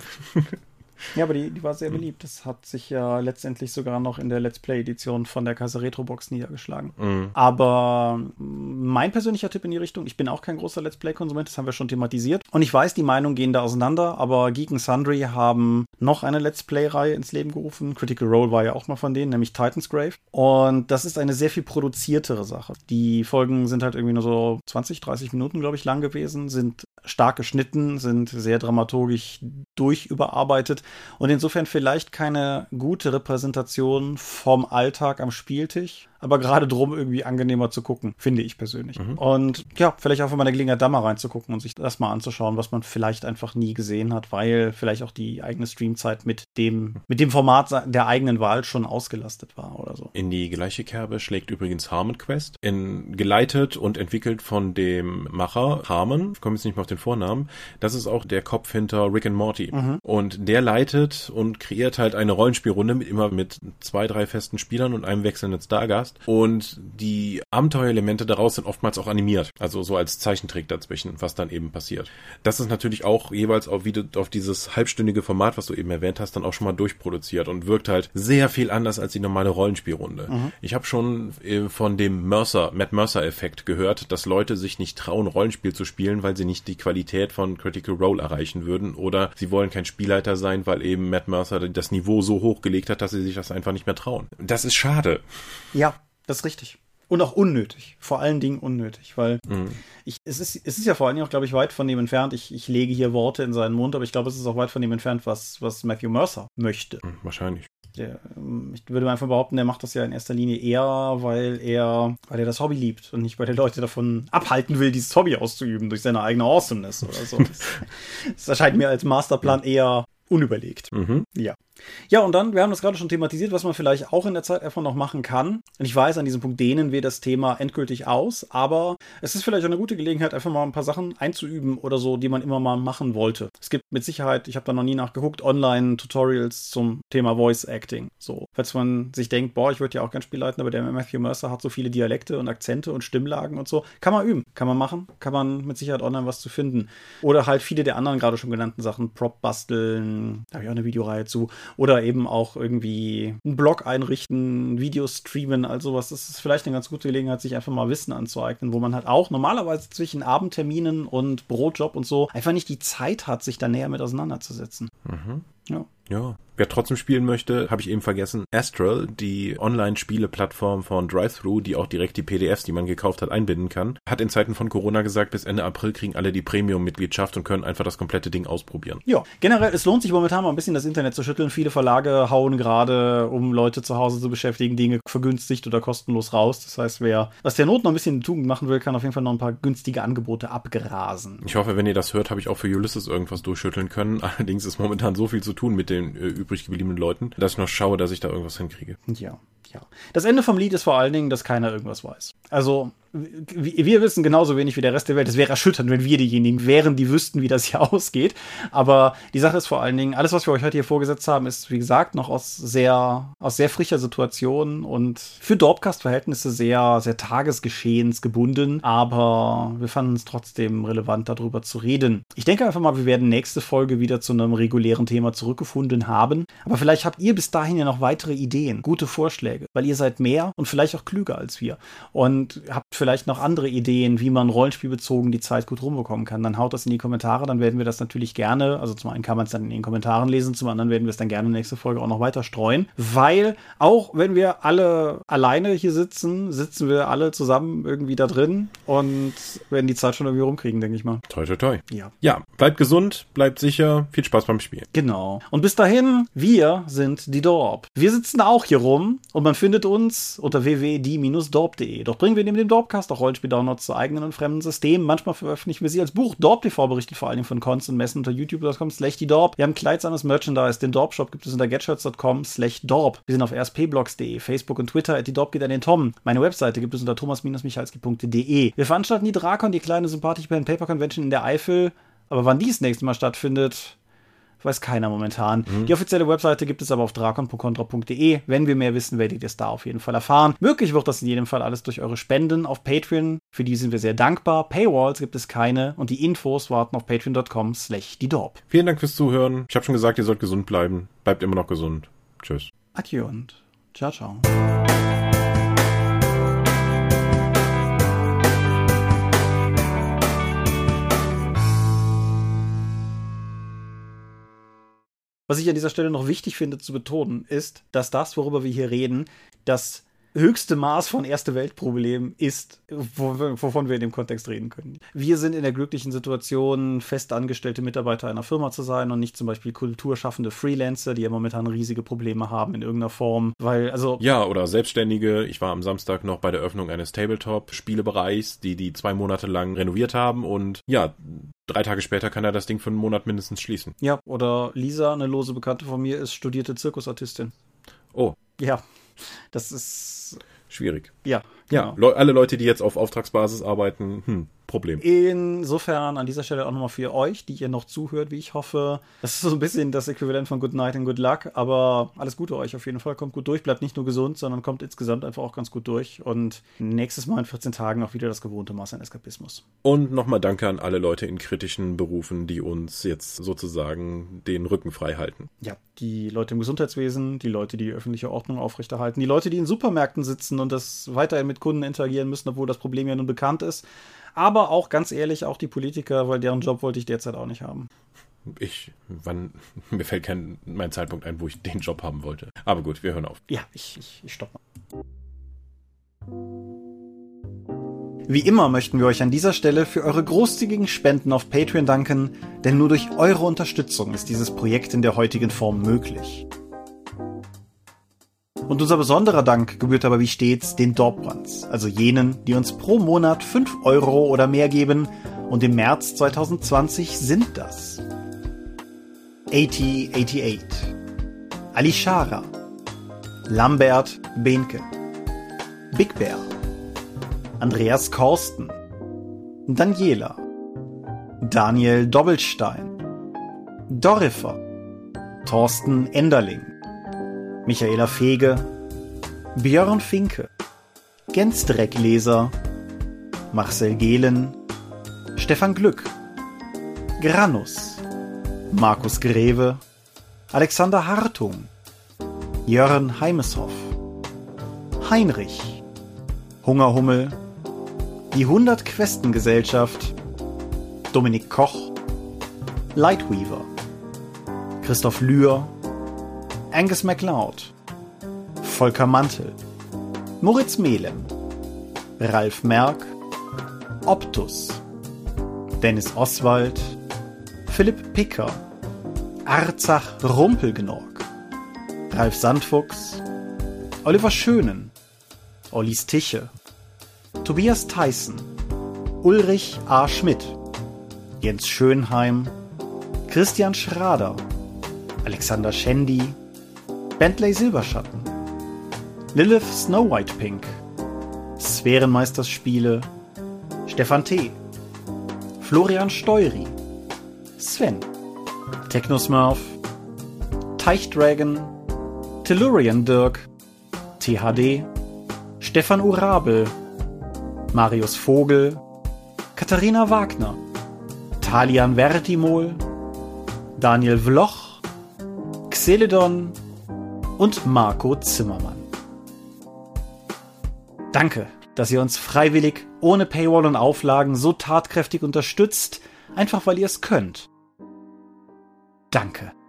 Ja, aber die war sehr beliebt. Das hat sich ja letztendlich sogar noch in der Let's Play-Edition von der Kaiser Retro-Box niedergeschlagen. Aber mein persönlicher Tipp in die Richtung, ich bin auch kein großer Let's Play-Konsument, das haben wir schon thematisiert. Und ich weiß, die Meinungen gehen da auseinander, aber Geek & Sundry haben noch eine Let's Play-Reihe ins Leben gerufen. Critical Role war ja auch mal von denen, nämlich Titan's Grave. Und das ist eine sehr viel produziertere Sache. Die Folgen sind halt irgendwie nur so 20, 30 Minuten, glaube ich, lang gewesen, sind stark geschnitten, sind sehr dramaturgisch durchüberarbeitet und insofern vielleicht keine gute Repräsentation vom Alltag am Spieltisch, aber gerade drum irgendwie angenehmer zu gucken, finde ich persönlich. Und ja, vielleicht auch mal eine Gelegenheit, da mal reinzugucken und sich das mal anzuschauen, was man vielleicht einfach nie gesehen hat, weil vielleicht auch die eigene Streamzeit mit dem Format der eigenen Wahl schon ausgelastet war oder so. In die gleiche Kerbe schlägt übrigens Harmon Quest, geleitet und entwickelt von dem Macher Harmon, ich komme jetzt nicht mehr auf den Vornamen, das ist auch der Kopf hinter Rick and Morty. Und der leitet und kreiert halt eine Rollenspielrunde immer mit 2, 3 festen Spielern und einem wechselnden Stargast. Und die Abenteuerelemente daraus sind oftmals auch animiert, also so als Zeichentrick dazwischen, was dann eben passiert. Das ist natürlich auch jeweils auf dieses halbstündige Format, was du eben erwähnt hast, dann auch schon mal durchproduziert und wirkt halt sehr viel anders als die normale Rollenspielrunde. Ich habe schon von dem Matt Mercer-Effekt gehört, dass Leute sich nicht trauen, Rollenspiel zu spielen, weil sie nicht die Qualität von Critical Role erreichen würden oder sie wollen kein Spielleiter sein, weil eben Matt Mercer das Niveau so hochgelegt hat, dass sie sich das einfach nicht mehr trauen. Das ist schade. Ja, das ist richtig. Und auch unnötig. Vor allen Dingen unnötig, weil es ist ja vor allen Dingen auch, glaube ich, weit von dem entfernt. Ich lege hier Worte in seinen Mund, aber ich glaube, es ist auch weit von dem entfernt, was Matthew Mercer möchte. Wahrscheinlich. Ich würde einfach behaupten, der macht das ja in erster Linie eher, weil er das Hobby liebt und nicht, weil der Leute davon abhalten will, dieses Hobby auszuüben durch seine eigene Awesomeness oder so. Das erscheint mir als Masterplan eher unüberlegt. Ja. Ja, und dann, wir haben das gerade schon thematisiert, was man vielleicht auch in der Zeit einfach noch machen kann. Und ich weiß, an diesem Punkt dehnen wir das Thema endgültig aus, aber es ist vielleicht auch eine gute Gelegenheit, einfach mal ein paar Sachen einzuüben oder so, die man immer mal machen wollte. Es gibt mit Sicherheit, ich habe da noch nie nachgeguckt, Online-Tutorials zum Thema Voice Acting. So, falls man sich denkt, ich würde ja auch gern Spiel leiten, aber der Matthew Mercer hat so viele Dialekte und Akzente und Stimmlagen und so. Kann man üben, kann man machen, kann man mit Sicherheit online was zu finden. Oder halt viele der anderen gerade schon genannten Sachen, Prop basteln, da habe ich auch eine Videoreihe zu. Oder eben auch irgendwie einen Blog einrichten, Videos streamen, also sowas. Das ist vielleicht eine ganz gute Gelegenheit, sich einfach mal Wissen anzueignen, wo man halt auch normalerweise zwischen Abendterminen und Brotjob und so einfach nicht die Zeit hat, sich da näher mit auseinanderzusetzen. Ja. Wer trotzdem spielen möchte, habe ich eben vergessen, Astral, die Online-Spiele-Plattform von Drive-Thru, die auch direkt die PDFs, die man gekauft hat, einbinden kann, hat in Zeiten von Corona gesagt, bis Ende April kriegen alle die Premium-Mitgliedschaft und können einfach das komplette Ding ausprobieren. Ja, generell, es lohnt sich momentan mal ein bisschen das Internet zu schütteln. Viele Verlage hauen gerade, um Leute zu Hause zu beschäftigen, Dinge vergünstigt oder kostenlos raus. Das heißt, wer aus der Not noch ein bisschen in Tugend machen will, kann auf jeden Fall noch ein paar günstige Angebote abgrasen. Ich hoffe, wenn ihr das hört, habe ich auch für Ulysses irgendwas durchschütteln können. Allerdings ist momentan so viel zu tun mit den übrig gebliebenen Leuten, dass ich noch schaue, dass ich da irgendwas hinkriege. Ja. Das Ende vom Lied ist vor allen Dingen, dass keiner irgendwas weiß. Also, wir wissen genauso wenig wie der Rest der Welt. Es wäre erschütternd, wenn wir diejenigen wären, die wüssten, wie das hier ausgeht. Aber die Sache ist vor allen Dingen, alles, was wir euch heute hier vorgesetzt haben, ist, wie gesagt, noch aus sehr frischer Situation und für Dorpcast-Verhältnisse sehr, sehr tagesgeschehensgebunden. Aber wir fanden es trotzdem relevant, darüber zu reden. Ich denke einfach mal, wir werden nächste Folge wieder zu einem regulären Thema zurückgefunden haben. Aber vielleicht habt ihr bis dahin ja noch weitere Ideen, gute Vorschläge, weil ihr seid mehr und vielleicht auch klüger als wir. Und habt vielleicht noch andere Ideen, wie man rollenspielbezogen die Zeit gut rumbekommen kann, dann haut das in die Kommentare, dann werden wir das natürlich gerne, also zum einen kann man es dann in den Kommentaren lesen, zum anderen werden wir es dann gerne nächste Folge auch noch weiter streuen, weil auch wenn wir alle alleine hier sitzen wir alle zusammen irgendwie da drin und werden die Zeit schon irgendwie rumkriegen, denke ich mal. Toi, toi, toi. Ja, bleibt gesund, bleibt sicher, viel Spaß beim Spielen. Genau. Und bis dahin, wir sind die Dorp. Wir sitzen auch hier rum und man findet uns unter www.die-dorp.de. Doch bringen wir neben dem Dorpcast auch Rollenspiel-Downloads zu eigenen und fremden Systemen. Manchmal veröffentlichen wir sie als Buch. Dorp TV berichtet vor allem von Cons und Messen unter youtube.com/die-dorp. Wir haben kleidsames Merchandise. Den Dorp-Shop gibt es unter getshirts.com/dorp. Wir sind auf rspblogs.de, Facebook und Twitter. Die Dorp geht an den Tom. Meine Webseite gibt es unter thomas-michalski.de. Wir veranstalten die Drakon, die kleine sympathische Pen Paper Convention in der Eifel. Aber wann dies nächste Mal stattfindet, weiß keiner momentan. Die offizielle Webseite gibt es aber auf drakon.contra.de. Wenn wir mehr wissen, werdet ihr es da auf jeden Fall erfahren. Möglich wird das in jedem Fall alles durch eure Spenden auf Patreon. Für die sind wir sehr dankbar. Paywalls gibt es keine und die Infos warten auf patreon.com/die-dorp. Vielen Dank fürs Zuhören. Ich habe schon gesagt, ihr sollt gesund bleiben. Bleibt immer noch gesund. Tschüss. Adieu und ciao, ciao. Was ich an dieser Stelle noch wichtig finde zu betonen, ist, dass das, worüber wir hier reden, das höchste Maß von Erste-Welt-Problem ist, wovon wir in dem Kontext reden können. Wir sind in der glücklichen Situation, festangestellte Mitarbeiter einer Firma zu sein und nicht zum Beispiel kulturschaffende Freelancer, die ja momentan riesige Probleme haben in irgendeiner Form, weil, also... Ja, oder Selbstständige. Ich war am Samstag noch bei der Öffnung eines Tabletop-Spielebereichs, die 2 Monate lang renoviert haben und ja, 3 Tage später kann er das Ding für einen Monat mindestens schließen. Ja, oder Lisa, eine lose Bekannte von mir, ist studierte Zirkusartistin. Oh. Ja, das ist... schwierig. Ja, genau. Ja, alle Leute, die jetzt auf Auftragsbasis arbeiten, Problem. Insofern an dieser Stelle auch nochmal für euch, die ihr noch zuhört, wie ich hoffe. Das ist so ein bisschen das Äquivalent von Good Night and Good Luck, aber alles Gute euch auf jeden Fall. Kommt gut durch, bleibt nicht nur gesund, sondern kommt insgesamt einfach auch ganz gut durch. Und nächstes Mal in 14 Tagen auch wieder das gewohnte Maß an Eskapismus. Und nochmal danke an alle Leute in kritischen Berufen, die uns jetzt sozusagen den Rücken frei halten. Ja, die Leute im Gesundheitswesen, die Leute, die öffentliche Ordnung aufrechterhalten, die Leute, die in Supermärkten sitzen und das weiterhin mit Kunden interagieren müssen, obwohl das Problem ja nun bekannt ist. Aber auch, ganz ehrlich, auch die Politiker, weil deren Job wollte ich derzeit auch nicht haben. Mir fällt mein Zeitpunkt ein, wo ich den Job haben wollte. Aber gut, wir hören auf. Ja, ich stopp mal. Wie immer möchten wir euch an dieser Stelle für eure großzügigen Spenden auf Patreon danken, denn nur durch eure Unterstützung ist dieses Projekt in der heutigen Form möglich. Und unser besonderer Dank gebührt aber wie stets den Dorprands, also jenen, die uns pro Monat 5 Euro oder mehr geben, und im März 2020 sind das 8088, Alishara, Lambert Behnke, Big Bear, Andreas Korsten, Daniela, Daniel Doppelstein, Dorifer, Thorsten Enderling, Michaela Fege, Björn Finke, Gensdreckleser, Marcel Gehlen, Stefan Glück, Granus, Markus Greve, Alexander Hartung, Jörn Heimeshoff, Heinrich, Hungerhummel, die 100-Questen-Gesellschaft, Dominik Koch, Lightweaver, Christoph Lühr, Angus MacLeod, Volker Mantel, Moritz Melem, Ralf Merck, Optus, Dennis Oswald, Philipp Picker, Arzach Rumpelgnorg, Ralf Sandfuchs, Oliver Schönen, Ollis Tiche, Tobias Theissen, Ulrich A. Schmidt, Jens Schönheim, Christian Schrader, Alexander Schendi, Bentley Silberschatten, Lilith Snow White Pink, Sphärenmeisterspiele, Stefan T., Florian Steury, Sven, Technosmurf, Teichdragon, Tellurian Dirk, THD, Stefan Urabel, Marius Vogel, Katharina Wagner, Talian Vertimol, Daniel Vloch, Xeledon und Marco Zimmermann. Danke, dass ihr uns freiwillig, ohne Paywall und Auflagen so tatkräftig unterstützt, einfach weil ihr es könnt. Danke.